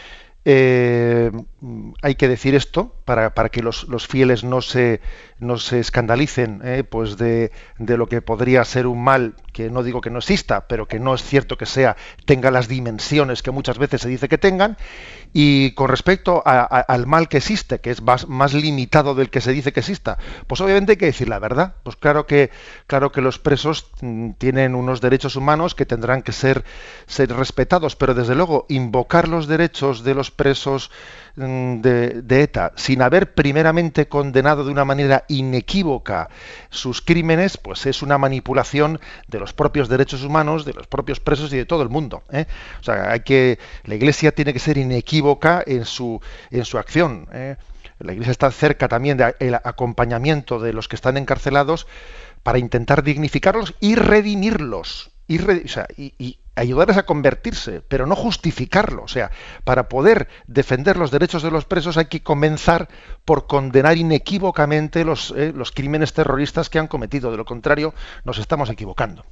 Eh, hay que decir esto para, para que los, los fieles no se, no se escandalicen eh, pues de, de lo que podría ser un mal, que no digo que no exista, pero que no es cierto que sea, tenga las dimensiones que muchas veces se dice que tengan. Y con respecto a, a, al mal que existe, que es más, más limitado del que se dice que exista, pues obviamente hay que decir la verdad. Pues claro que, claro que los presos mm, tienen unos derechos humanos que tendrán que ser, ser respetados, pero desde luego invocar los derechos de los presos mm, de, de ETA sin haber primeramente condenado de una manera inequívoca sus crímenes, pues es una manipulación de los propios derechos humanos, de los propios presos y de todo el mundo, ¿eh? O sea, hay que, la Iglesia tiene que ser inequívoca en su en su acción. ¿eh? La Iglesia está cerca también del acompañamiento de los que están encarcelados para intentar dignificarlos y redimirlos, y, re, o sea, y, y ayudarles a convertirse, pero no justificarlo. O sea, para poder defender los derechos de los presos hay que comenzar por condenar inequívocamente los, eh, los crímenes terroristas que han cometido. De lo contrario, nos estamos equivocando.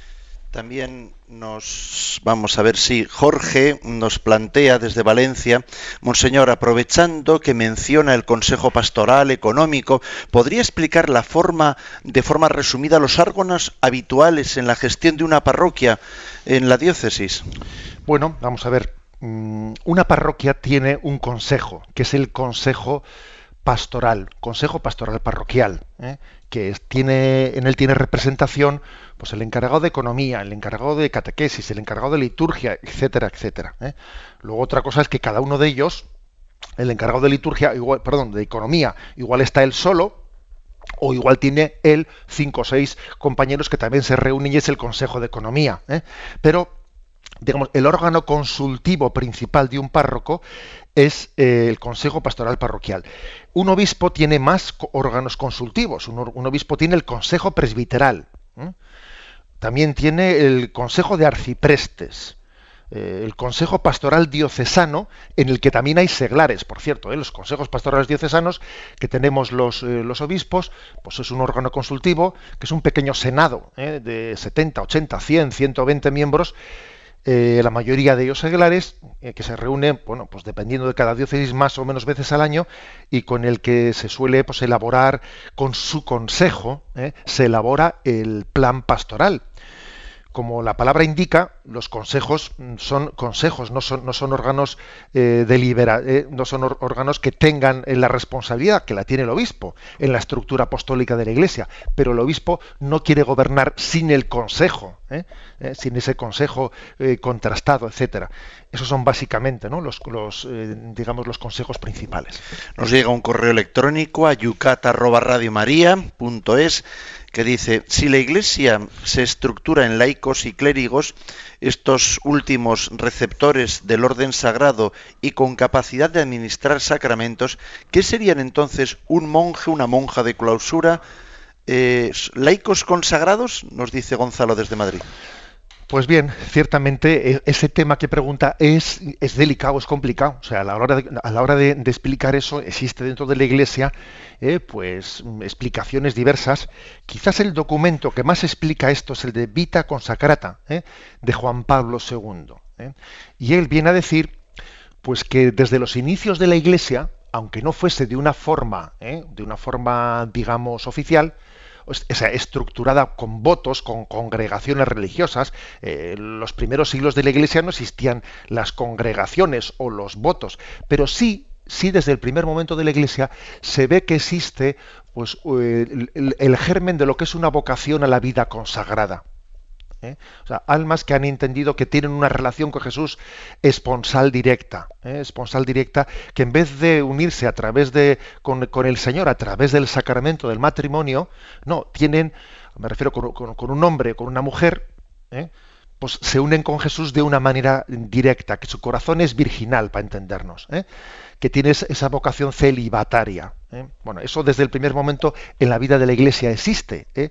También nos vamos a ver si Jorge nos plantea desde Valencia: Monseñor, aprovechando que menciona el Consejo Pastoral Económico, ¿podría explicar la forma, de forma resumida, los órganos habituales en la gestión de una parroquia en la diócesis? Bueno, vamos a ver. Una parroquia tiene un consejo, que es el Consejo Pastoral, Consejo Pastoral Parroquial, ¿eh? que es, tiene, en él tiene representación pues el encargado de economía, el encargado de catequesis, el encargado de liturgia, etcétera, etcétera. ¿eh? Luego otra cosa es que cada uno de ellos, el encargado de liturgia, igual, perdón, de economía, igual está él solo, o igual tiene él cinco o seis compañeros que también se reúnen y es el Consejo de Economía. ¿eh? Pero digamos, el órgano consultivo principal de un párroco es eh, el Consejo Pastoral Parroquial. Un obispo tiene más órganos consultivos. Un, un obispo tiene el Consejo Presbiteral. ¿eh? También tiene el Consejo de Arciprestes. Eh, el Consejo Pastoral Diocesano, en el que también hay seglares, por cierto. ¿eh? Los consejos pastorales diocesanos que tenemos los, eh, los obispos, pues es un órgano consultivo, que es un pequeño senado ¿eh? de setenta, ochenta, cien, ciento veinte miembros, Eh, la mayoría de ellos seglares, eh, que se reúnen, bueno, pues dependiendo de cada diócesis, más o menos veces al año, y con el que se suele pues elaborar, con su consejo, eh, se elabora el plan pastoral. Como la palabra indica, los consejos son consejos, no son, no son órganos eh, delibera, eh, no son or- órganos que tengan eh, la responsabilidad que la tiene el obispo en la estructura apostólica de la Iglesia, pero el obispo no quiere gobernar sin el consejo, ¿eh? Eh, sin ese consejo eh, contrastado, etcétera. Esos son básicamente, ¿no?, los, los eh, digamos los consejos principales. Nos llega un correo electrónico a yucat arroba radiomaria punto es que dice: si la Iglesia se estructura en laicos y clérigos, estos últimos receptores del orden sagrado y con capacidad de administrar sacramentos, ¿qué serían entonces un monje, una monja de clausura? Eh, ¿Laicos consagrados? Nos dice Gonzalo desde Madrid. Pues bien, ciertamente ese tema que pregunta es, es delicado, es complicado. O sea, a la hora de, a la hora de, de explicar eso, existe dentro de la Iglesia eh, pues explicaciones diversas. Quizás el documento que más explica esto es el de Vita Consacrata, eh, de Juan Pablo segundo. Eh. Y él viene a decir pues que desde los inicios de la Iglesia, aunque no fuese de una forma, eh, de una forma, digamos, oficial, o sea, estructurada con votos, con congregaciones religiosas. Eh, los primeros siglos de la Iglesia no existían las congregaciones o los votos, pero sí, sí desde el primer momento de la Iglesia se ve que existe pues, el, el, el germen de lo que es una vocación a la vida consagrada. ¿Eh? O sea, almas que han entendido que tienen una relación con Jesús esponsal directa, ¿eh? esponsal directa, que en vez de unirse a través de con, con el Señor a través del sacramento del matrimonio, no, tienen, me refiero con, con, con un hombre, con una mujer, ¿eh? pues se unen con Jesús de una manera directa, que su corazón es virginal, para entendernos, ¿eh? que tiene esa vocación celibataria. ¿eh? Bueno, eso desde el primer momento en la vida de la Iglesia existe. ¿eh?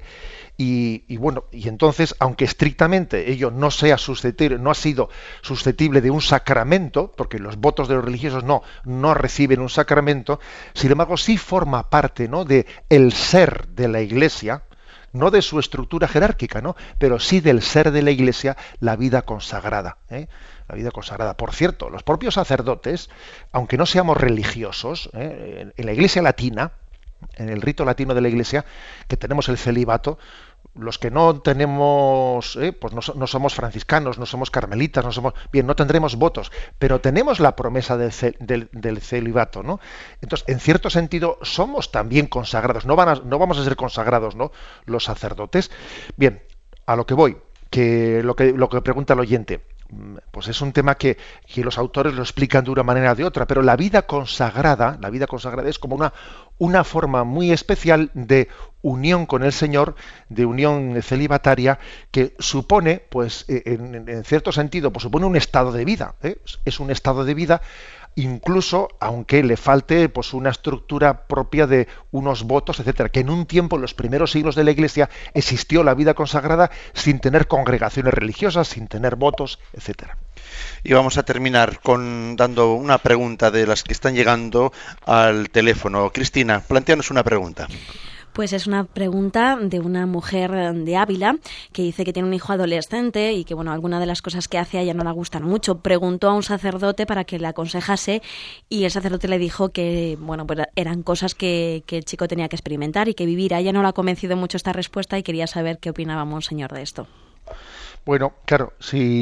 Y, y bueno, y entonces, aunque estrictamente ello no sea susceptible, no ha sido susceptible de un sacramento, porque los votos de los religiosos no, no reciben un sacramento, sin embargo sí forma parte, ¿no?, de el ser de la Iglesia, no de su estructura jerárquica, ¿no?, pero sí del ser de la Iglesia, la vida consagrada, ¿eh? La vida consagrada. Por cierto, los propios sacerdotes, aunque no seamos religiosos, ¿eh?, en la Iglesia latina, en el rito latino de la Iglesia, que tenemos el celibato, los que no tenemos, eh, pues no, no somos franciscanos, no somos carmelitas, no somos, bien, no tendremos votos, pero tenemos la promesa del, del, del celibato, ¿no? Entonces, en cierto sentido, somos también consagrados. No van a, no vamos a ser consagrados, ¿no?, los sacerdotes. Bien, a lo que voy, que lo que lo que pregunta el oyente, pues es un tema que, que los autores lo explican de una manera o de otra, pero la vida consagrada, la vida consagrada es como una, una forma muy especial de unión con el Señor, de unión celibataria, que supone, pues en, en cierto sentido, pues supone un estado de vida, ¿eh? Es un estado de vida, incluso aunque le falte pues una estructura propia de unos votos, etcétera, que en un tiempo, en los primeros siglos de la Iglesia, existió la vida consagrada sin tener congregaciones religiosas, sin tener votos, etcétera. Y vamos a terminar con dando una pregunta de las que están llegando al teléfono. Cristina, plantéanos una pregunta. Pues es una pregunta de una mujer de Ávila que dice que tiene un hijo adolescente y que, bueno, algunas de las cosas que hace a ella no le gustan mucho. Preguntó a un sacerdote para que le aconsejase y el sacerdote le dijo que, bueno, pues eran cosas que, que el chico tenía que experimentar y que vivir. A ella no le ha convencido mucho esta respuesta y quería saber qué opinaba Monseñor de esto. Bueno, claro,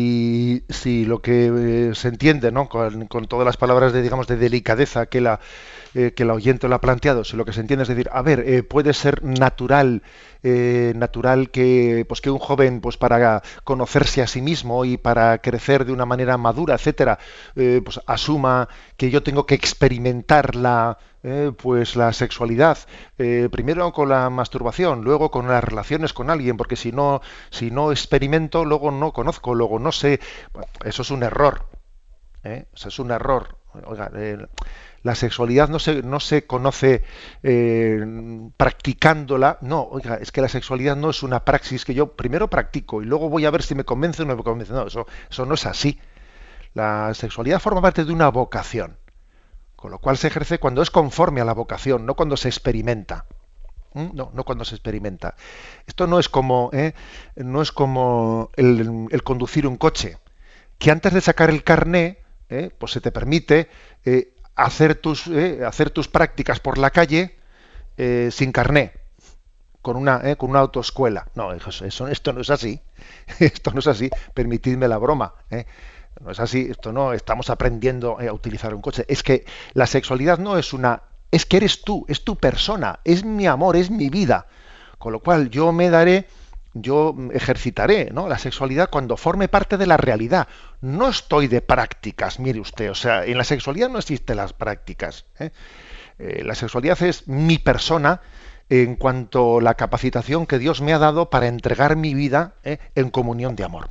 si, si lo que eh, se entiende, ¿no?, con, con todas las palabras de, digamos, de delicadeza que la eh, que la oyente lo ha planteado, si lo que se entiende es decir, a ver, eh, puede ser natural, eh, natural que, pues que un joven, pues para conocerse a sí mismo y para crecer de una manera madura, etcétera, eh, pues asuma que yo tengo que experimentar la Eh, pues la sexualidad, eh, primero con la masturbación, luego con las relaciones con alguien, porque si no, si no experimento, luego no conozco, luego no sé. Bueno, eso es un error, ¿eh? Eso es un error. Oiga, eh, la sexualidad no se, no se conoce eh, practicándola. No, oiga, es que la sexualidad no es una praxis que yo primero practico y luego voy a ver si me convence o no me convence. No, eso, eso no es así. La sexualidad forma parte de una vocación, con lo cual se ejerce cuando es conforme a la vocación, no cuando se experimenta. ¿Mm? No, no cuando se experimenta. Esto no es como, ¿eh? no es como el, el conducir un coche, que antes de sacar el carné, ¿eh? pues se te permite eh, hacer tus, eh, hacer tus prácticas por la calle eh, sin carné, con una, eh, con una autoescuela. No, hijos, eso, esto no es así. Esto no es así. Permitidme la broma. ¿eh? No es así. Esto no estamos aprendiendo eh, a utilizar un coche. Es que la sexualidad no es una... Es que eres tú, es tu persona, es mi amor, es mi vida. Con lo cual yo me daré, yo ejercitaré, ¿no?, la sexualidad cuando forme parte de la realidad. No estoy de prácticas, mire usted. O sea, en la sexualidad no existen las prácticas. ¿eh? Eh, la sexualidad es mi persona en cuanto a la capacitación que Dios me ha dado para entregar mi vida eh, en comunión de amor.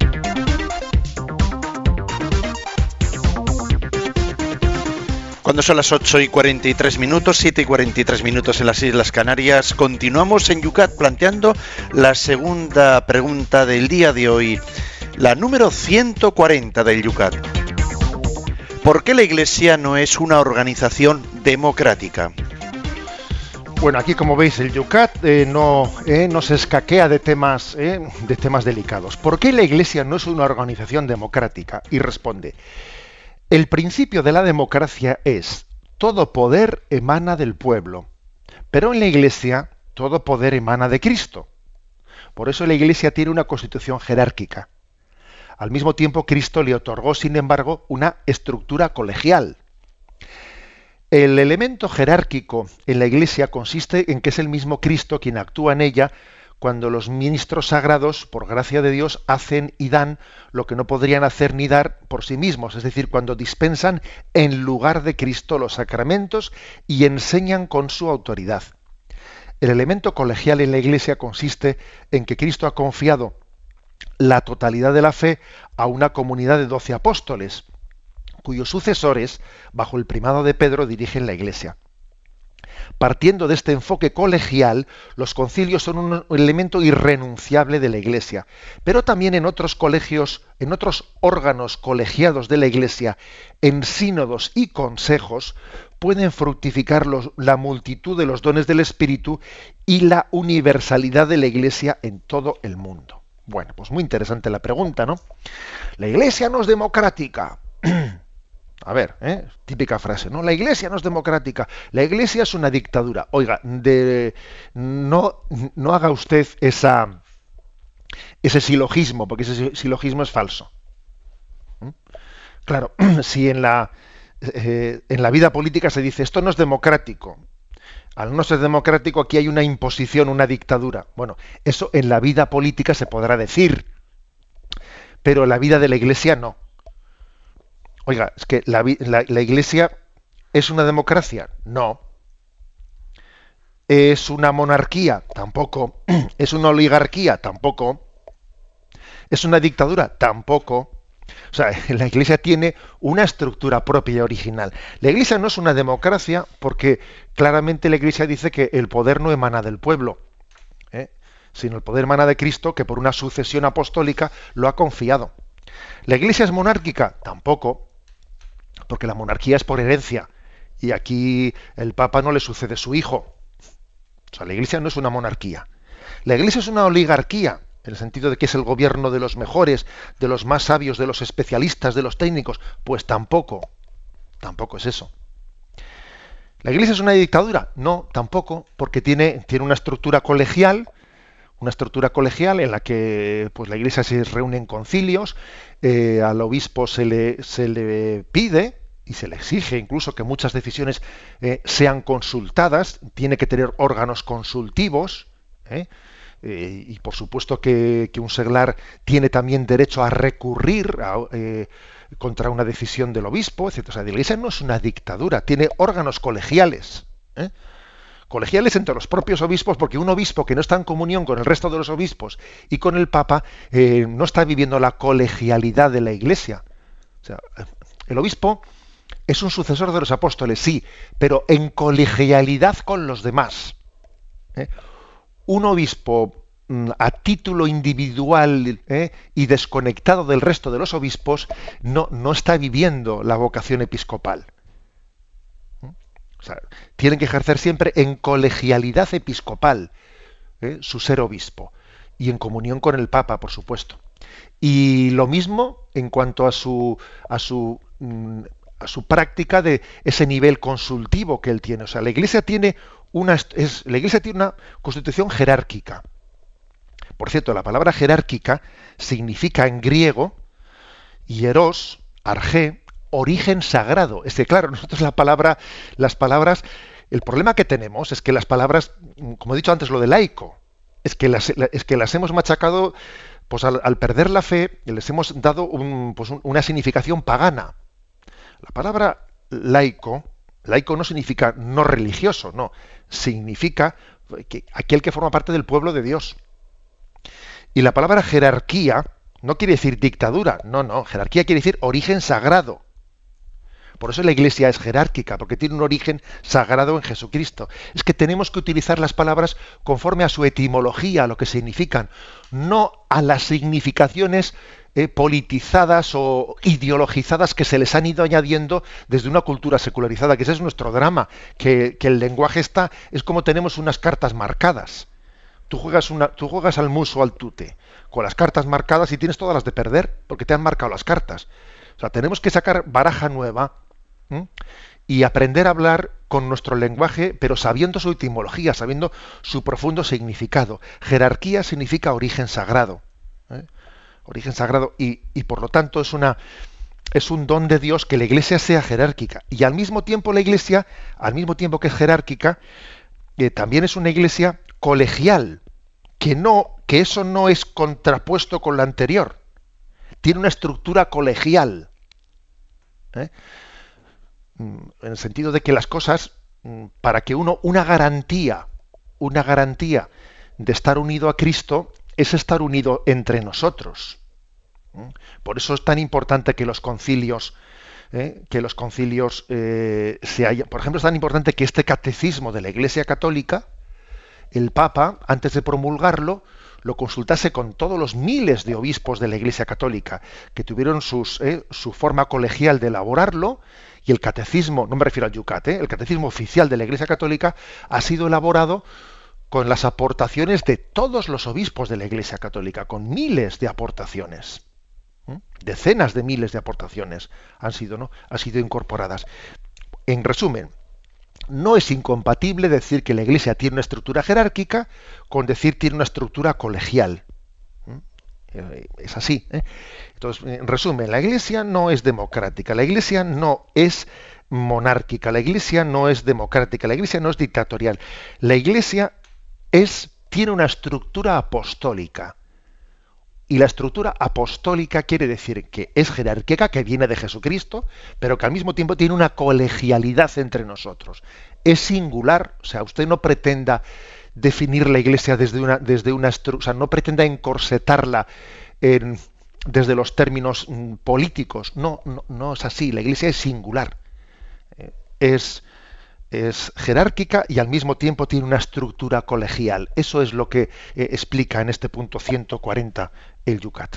Cuando son las ocho y cuarenta y tres minutos, siete y cuarenta y tres minutos en las Islas Canarias, continuamos en Yucat planteando la segunda pregunta del día de hoy, la número ciento cuarenta del Yucat. ¿Por qué la Iglesia no es una organización democrática? Bueno, aquí como veis el Yucat eh, no, eh, no se escaquea de temas, eh, de temas delicados. ¿Por qué la Iglesia no es una organización democrática? Y responde, el principio de la democracia es todo poder emana del pueblo, pero en la Iglesia todo poder emana de Cristo. Por eso la Iglesia tiene una constitución jerárquica. Al mismo tiempo, Cristo le otorgó, sin embargo, una estructura colegial. El elemento jerárquico en la Iglesia consiste en que es el mismo Cristo quien actúa en ella cuando los ministros sagrados, por gracia de Dios, hacen y dan lo que no podrían hacer ni dar por sí mismos, es decir, cuando dispensan en lugar de Cristo los sacramentos y enseñan con su autoridad. El elemento colegial en la Iglesia consiste en que Cristo ha confiado la totalidad de la fe a una comunidad de doce apóstoles, cuyos sucesores, bajo el primado de Pedro, dirigen la Iglesia. Partiendo de este enfoque colegial, los concilios son un elemento irrenunciable de la Iglesia, pero también en otros colegios, en otros órganos colegiados de la Iglesia, en sínodos y consejos, pueden fructificar los, la multitud de los dones del Espíritu y la universalidad de la Iglesia en todo el mundo. Bueno, pues muy interesante la pregunta, ¿no? La Iglesia no es democrática. A ver, ¿eh? típica frase, ¿no? La Iglesia no es democrática, la Iglesia es una dictadura. Oiga, de, no, no haga usted esa, ese silogismo, porque ese silogismo es falso. ¿Mm? Claro, si en la, eh, en la vida política se dice esto no es democrático, al no ser democrático aquí hay una imposición, una dictadura. Bueno, eso en la vida política se podrá decir, pero en la vida de la Iglesia no. Oiga, es que la, la, la Iglesia es una democracia, no. ¿Es una monarquía? Tampoco. ¿Es una oligarquía? Tampoco. ¿Es una dictadura? Tampoco. O sea, la Iglesia tiene una estructura propia y original. La Iglesia no es una democracia porque claramente la Iglesia dice que el poder no emana del pueblo, ¿eh? sino el poder emana de Cristo, que por una sucesión apostólica lo ha confiado. ¿La Iglesia es monárquica? Tampoco, porque la monarquía es por herencia y aquí el Papa no le sucede su hijo. O sea, la Iglesia no es una monarquía. La Iglesia es una oligarquía, en el sentido de que es el gobierno de los mejores, de los más sabios, de los especialistas, de los técnicos. Pues tampoco, tampoco es eso. ¿La Iglesia es una dictadura? No, tampoco, porque tiene, tiene una estructura colegial, una estructura colegial en la que pues la Iglesia se reúne en concilios, eh, al obispo se le, se le pide y se le exige incluso que muchas decisiones eh, sean consultadas, tiene que tener órganos consultivos, ¿eh? Eh, y por supuesto que, que un seglar tiene también derecho a recurrir a, eh, contra una decisión del obispo, etcétera. O sea, la Iglesia no es una dictadura, tiene órganos colegiales, ¿eh? colegiales entre los propios obispos, porque un obispo que no está en comunión con el resto de los obispos y con el Papa eh, no está viviendo la colegialidad de la Iglesia. O sea, el obispo es un sucesor de los apóstoles, sí, pero en colegialidad con los demás. ¿eh? Un obispo mmm, a título individual ¿eh? y desconectado del resto de los obispos no, no está viviendo la vocación episcopal. O sea, tienen que ejercer siempre en colegialidad episcopal ¿eh? su ser obispo y en comunión con el Papa, por supuesto. Y lo mismo en cuanto a su a su a su práctica de ese nivel consultivo que él tiene. O sea, la Iglesia tiene una, es, la Iglesia tiene una constitución jerárquica. Por cierto, la palabra jerárquica significa en griego hieros, argé, origen sagrado. Es que claro, nosotros la palabra, las palabras, el problema que tenemos es que las palabras, como he dicho antes, lo de laico, es que las, es que las hemos machacado, pues al, al perder la fe, les hemos dado un, pues un, una significación pagana. La palabra laico, laico no significa no religioso, no, significa que aquel que forma parte del pueblo de Dios. Y la palabra jerarquía no quiere decir dictadura, no, no, jerarquía quiere decir origen sagrado. Por eso la Iglesia es jerárquica, porque tiene un origen sagrado en Jesucristo. Es que tenemos que utilizar las palabras conforme a su etimología, a lo que significan, no a las significaciones eh, politizadas o ideologizadas que se les han ido añadiendo desde una cultura secularizada, que ese es nuestro drama, que, que el lenguaje está, es como tenemos unas cartas marcadas. Tú juegas, una, tú juegas al mus o al tute con las cartas marcadas y tienes todas las de perder, porque te han marcado las cartas. O sea, tenemos que sacar baraja nueva, ¿Mm? y aprender a hablar con nuestro lenguaje, pero sabiendo su etimología, sabiendo su profundo significado. Jerarquía significa origen sagrado, ¿eh? Origen sagrado, y, y por lo tanto es una es un don de Dios que la Iglesia sea jerárquica. Y al mismo tiempo la Iglesia, al mismo tiempo que es jerárquica, eh, también es una Iglesia colegial, que no, que eso no es contrapuesto con la anterior. Tiene una estructura colegial, ¿eh? En el sentido de que las cosas, para que uno, una garantía, una garantía de estar unido a Cristo es estar unido entre nosotros. Por eso es tan importante que los concilios, ¿eh? que los concilios eh, se haya, por ejemplo, es tan importante que este catecismo de la Iglesia Católica, el Papa, antes de promulgarlo, lo consultase con todos los miles de obispos de la Iglesia Católica, que tuvieron sus, eh, su forma colegial de elaborarlo, y el catecismo, no me refiero al Yucat, ¿eh? el catecismo oficial de la Iglesia Católica ha sido elaborado con las aportaciones de todos los obispos de la Iglesia Católica, con miles de aportaciones. ¿Mm? Decenas de miles de aportaciones han sido, ¿no? han sido incorporadas. En resumen, no es incompatible decir que la Iglesia tiene una estructura jerárquica con decir tiene una estructura colegial. Es así, ¿eh? Entonces, en resumen, la Iglesia no es democrática, la Iglesia no es monárquica, la Iglesia no es democrática, la Iglesia no es dictatorial. La Iglesia es, tiene una estructura apostólica. Y la estructura apostólica quiere decir que es jerárquica, que viene de Jesucristo, pero que al mismo tiempo tiene una colegialidad entre nosotros. Es singular, o sea, usted no pretenda definir la Iglesia desde una, desde una estructura, o sea, no pretenda encorsetarla en, desde los términos mm, políticos. No, no, no es así. La Iglesia es singular. Eh, es, es jerárquica y al mismo tiempo tiene una estructura colegial. Eso es lo que eh, explica en este punto ciento cuarenta el Yucat.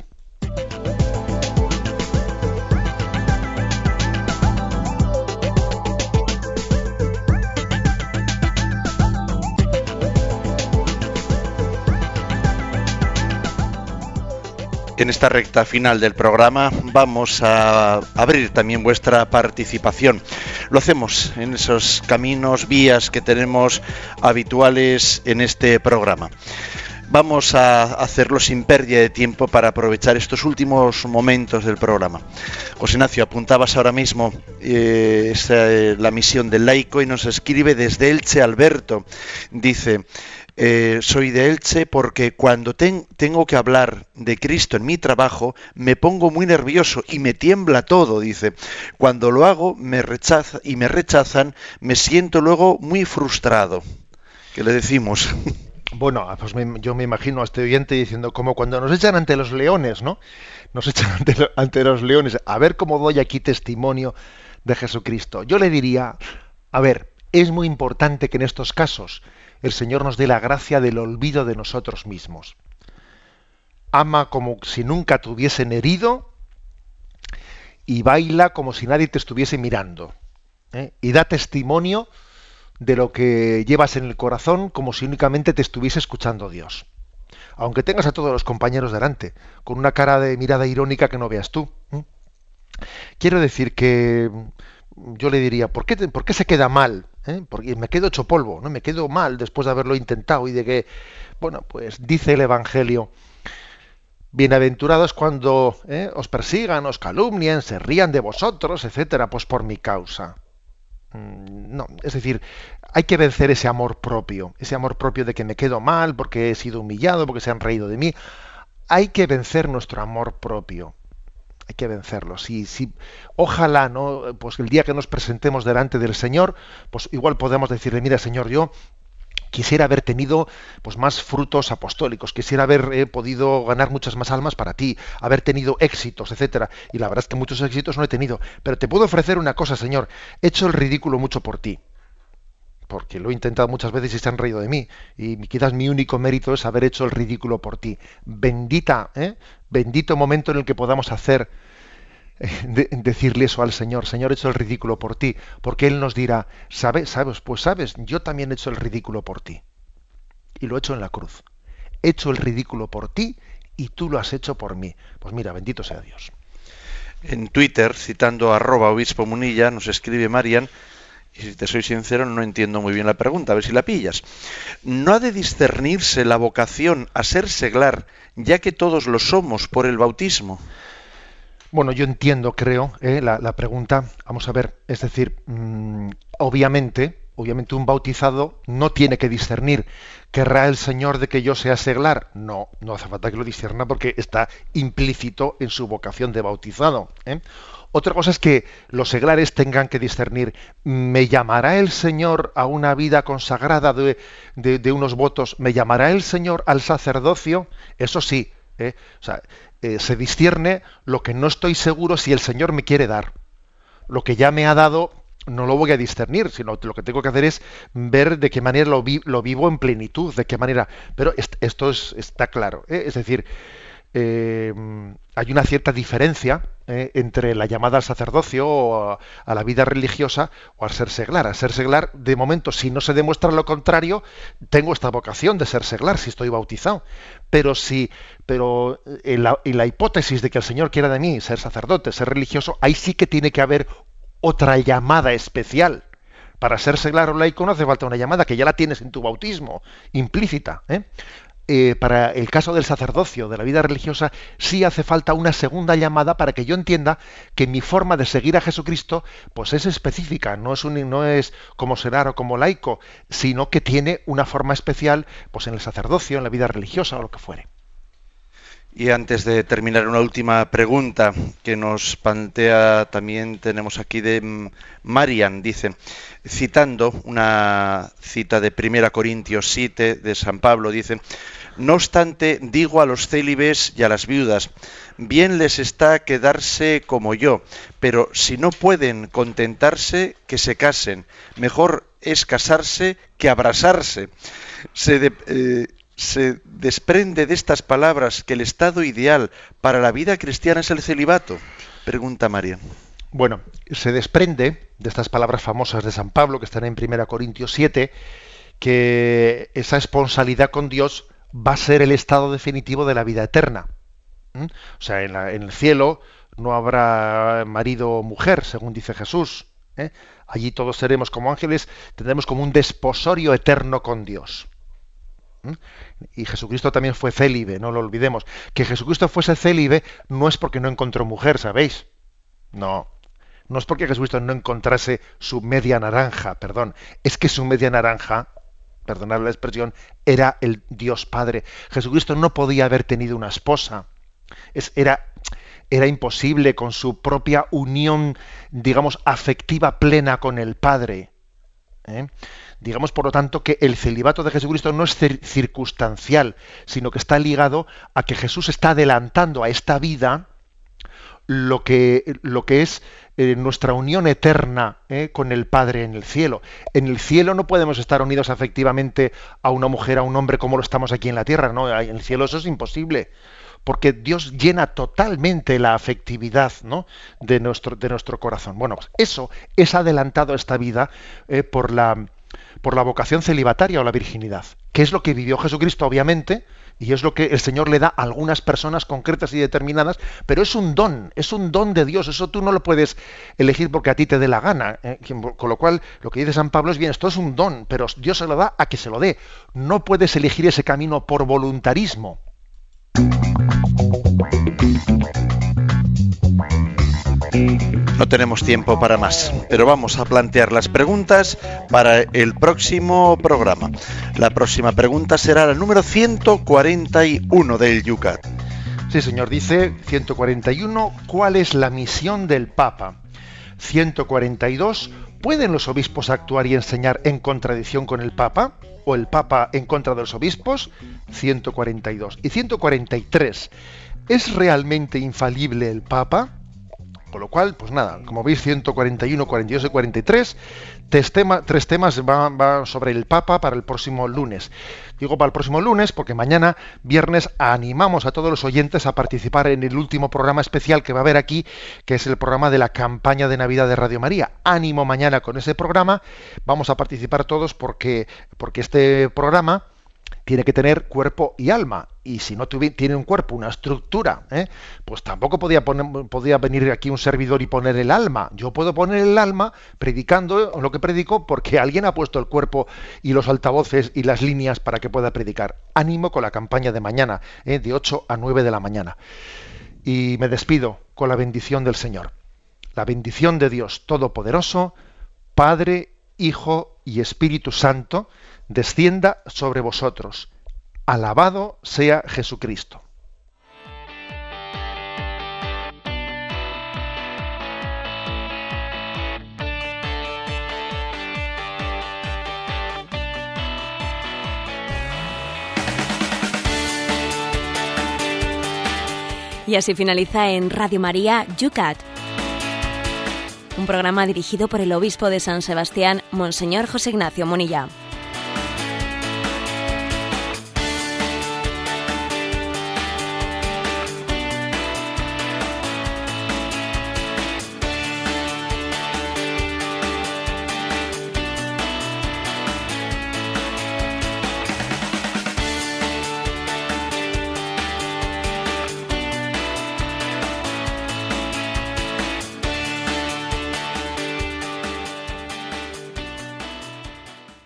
En esta recta final del programa vamos a abrir también vuestra participación. Lo hacemos en esos caminos, vías que tenemos habituales en este programa. Vamos a hacerlo sin pérdida de tiempo para aprovechar estos últimos momentos del programa. José Ignacio, apuntabas ahora mismo eh, esta, eh, la misión del laico y nos escribe desde Elche Alberto. Dice... Eh, soy de Elche porque cuando ten, tengo que hablar de Cristo en mi trabajo me pongo muy nervioso y me tiembla todo, dice. Cuando lo hago me rechaza, y me rechazan, me siento luego muy frustrado. ¿Qué le decimos? Bueno, pues me, yo me imagino a este oyente diciendo como cuando nos echan ante los leones, ¿no? Nos echan ante, lo, ante los leones. A ver cómo doy aquí testimonio de Jesucristo. Yo le diría, a ver, es muy importante que en estos casos el Señor nos dé la gracia del olvido de nosotros mismos. Ama como si nunca te hubiesen herido y baila como si nadie te estuviese mirando. ¿eh? Y da testimonio de lo que llevas en el corazón como si únicamente te estuviese escuchando Dios. Aunque tengas a todos los compañeros delante, con una cara de mirada irónica que no veas tú. ¿eh? Quiero decir que yo le diría, ¿por qué, te- por qué se queda mal? ¿Eh? Porque me quedo hecho polvo, ¿no? Me quedo mal después de haberlo intentado y de que, bueno, pues dice el Evangelio, bienaventurados cuando ¿eh? os persigan, os calumnien, se rían de vosotros, etcétera, pues por mi causa. Mm, No, es decir, hay que vencer ese amor propio, ese amor propio de que me quedo mal porque he sido humillado, porque se han reído de mí. Hay que vencer nuestro amor propio. Hay que vencerlo. Sí, sí. Ojalá, ¿no? Pues el día que nos presentemos delante del Señor, pues igual podemos decirle, mira, Señor, yo quisiera haber tenido pues más frutos apostólicos, quisiera haber eh, podido ganar muchas más almas para ti, haber tenido éxitos, etcétera. Y la verdad es que muchos éxitos no he tenido, pero te puedo ofrecer una cosa, Señor, he hecho el ridículo mucho por ti, porque lo he intentado muchas veces y se han reído de mí, y quizás mi único mérito es haber hecho el ridículo por ti. Bendita, ¿eh? Bendito momento en el que podamos hacer de, decirle eso al Señor, Señor, he hecho el ridículo por ti, porque Él nos dirá, ¿sabes? ¿Sabes? Pues sabes, yo también he hecho el ridículo por ti. Y lo he hecho en la cruz. He hecho el ridículo por ti y tú lo has hecho por mí. Pues mira, bendito sea Dios. En Twitter, citando a arroba obispo Munilla, nos escribe Marian, y si te soy sincero, no entiendo muy bien la pregunta, a ver si la pillas. ¿No ha de discernirse la vocación a ser seglar, ya que todos lo somos por el bautismo? Bueno, yo entiendo, creo, eh, la, la pregunta. Vamos a ver, es decir, mmm, obviamente, obviamente un bautizado no tiene que discernir. ¿Querrá el Señor de que yo sea seglar? No, no hace falta que lo discierna porque está implícito en su vocación de bautizado, ¿eh? Otra cosa es que los seglares tengan que discernir, ¿me llamará el Señor a una vida consagrada de, de, de unos votos? ¿Me llamará el Señor al sacerdocio? Eso sí, ¿eh? O sea, eh, se discierne lo que no estoy seguro si el Señor me quiere dar. Lo que ya me ha dado no lo voy a discernir, sino lo que tengo que hacer es ver de qué manera lo, vi, lo vivo en plenitud, de qué manera. Pero est esto es, está claro, ¿eh? Es decir, eh, hay una cierta diferencia eh, entre la llamada al sacerdocio o a, a la vida religiosa o a ser seglar. A ser seglar, de momento, si no se demuestra lo contrario, tengo esta vocación de ser seglar si estoy bautizado. Pero si, pero en la, en la hipótesis de que el Señor quiera de mí ser sacerdote, ser religioso, ahí sí que tiene que haber otra llamada especial. Para ser seglar o laico no hace falta una llamada, que ya la tienes en tu bautismo, implícita, ¿eh? Eh, para el caso del sacerdocio, de la vida religiosa, sí hace falta una segunda llamada para que yo entienda que mi forma de seguir a Jesucristo pues es específica, no es, un, no es como seglar o como laico, sino que tiene una forma especial pues en el sacerdocio, en la vida religiosa o lo que fuere. Y antes de terminar, una última pregunta que nos plantea, también tenemos aquí de Marian, dice, citando una cita de primera Corintios siete de San Pablo, dice, no obstante, digo a los célibes y a las viudas, bien les está quedarse como yo, pero si no pueden contentarse, que se casen. Mejor es casarse que abrasarse. Se de, eh, se desprende de estas palabras que el estado ideal para la vida cristiana es el celibato. Pregunta María. Bueno, se desprende de estas palabras famosas de San Pablo, que están en primera Corintios siete, que esa esponsalidad con Dios va a ser el estado definitivo de la vida eterna. ¿Mm? O sea, en, la, en el cielo no habrá marido o mujer, según dice Jesús, ¿eh? Allí todos seremos como ángeles, tendremos como un desposorio eterno con Dios. Y Jesucristo también fue célibe, no lo olvidemos. Que Jesucristo fuese célibe no es porque no encontró mujer, ¿sabéis? No, no es porque Jesucristo no encontrase su media naranja, perdón. Es que su media naranja, perdonad la expresión, era el Dios Padre. Jesucristo no podía haber tenido una esposa. Es, era, era imposible con su propia unión, digamos, afectiva plena con el Padre. ¿Eh? Digamos, por lo tanto, que el celibato de Jesucristo no es circunstancial, sino que está ligado a que Jesús está adelantando a esta vida lo que, lo que es eh, nuestra unión eterna eh, con el Padre en el cielo. En el cielo no podemos estar unidos afectivamente a una mujer, a un hombre, como lo estamos aquí en la tierra, ¿no? En el cielo eso es imposible, porque Dios llena totalmente la afectividad, ¿no? de, nuestro, de nuestro corazón. Bueno, pues eso es adelantado a esta vida eh, por la por la vocación celibataria o la virginidad, que es lo que vivió Jesucristo, obviamente, y es lo que el Señor le da a algunas personas concretas y determinadas, pero es un don, es un don de Dios, eso tú no lo puedes elegir porque a ti te dé la gana, ¿eh? Con lo cual, lo que dice San Pablo es bien, esto es un don, pero Dios se lo da a que se lo dé, no puedes elegir ese camino por voluntarismo. No tenemos tiempo para más, pero vamos a plantear las preguntas para el próximo programa. La próxima pregunta será la número ciento cuarenta y uno del Yucat. Sí, señor, dice ciento cuarenta y uno, ¿cuál es la misión del Papa? ciento cuarenta y dos, ¿pueden los obispos actuar y enseñar en contradicción con el Papa? ¿O el Papa en contra de los obispos? ciento cuarenta y dos. Y ciento cuarenta y tres, ¿es realmente infalible el Papa? Con lo cual, pues nada, como veis, ciento cuarenta y uno, cuarenta y dos y cuarenta y tres, tres, tema, tres temas van va sobre el Papa para el próximo lunes. Digo para el próximo lunes porque mañana, viernes, animamos a todos los oyentes a participar en el último programa especial que va a haber aquí, que es el programa de la campaña de Navidad de Radio María. Ánimo mañana con ese programa, vamos a participar todos porque, porque este programa tiene que tener cuerpo y alma, y si no tuvi, tiene un cuerpo, una estructura, ¿eh? pues tampoco podía, poner, podía venir aquí un servidor y poner el alma. Yo puedo poner el alma predicando lo que predico porque alguien ha puesto el cuerpo y los altavoces y las líneas para que pueda predicar. Ánimo con la campaña de mañana, ¿eh? de ocho a nueve de la mañana. Y me despido con la bendición del Señor. La bendición de Dios Todopoderoso, Padre, Hijo y Espíritu Santo, descienda sobre vosotros. Alabado sea Jesucristo. Y así finaliza en Radio María Yucat, un programa dirigido por el obispo de San Sebastián, Monseñor José Ignacio Munilla.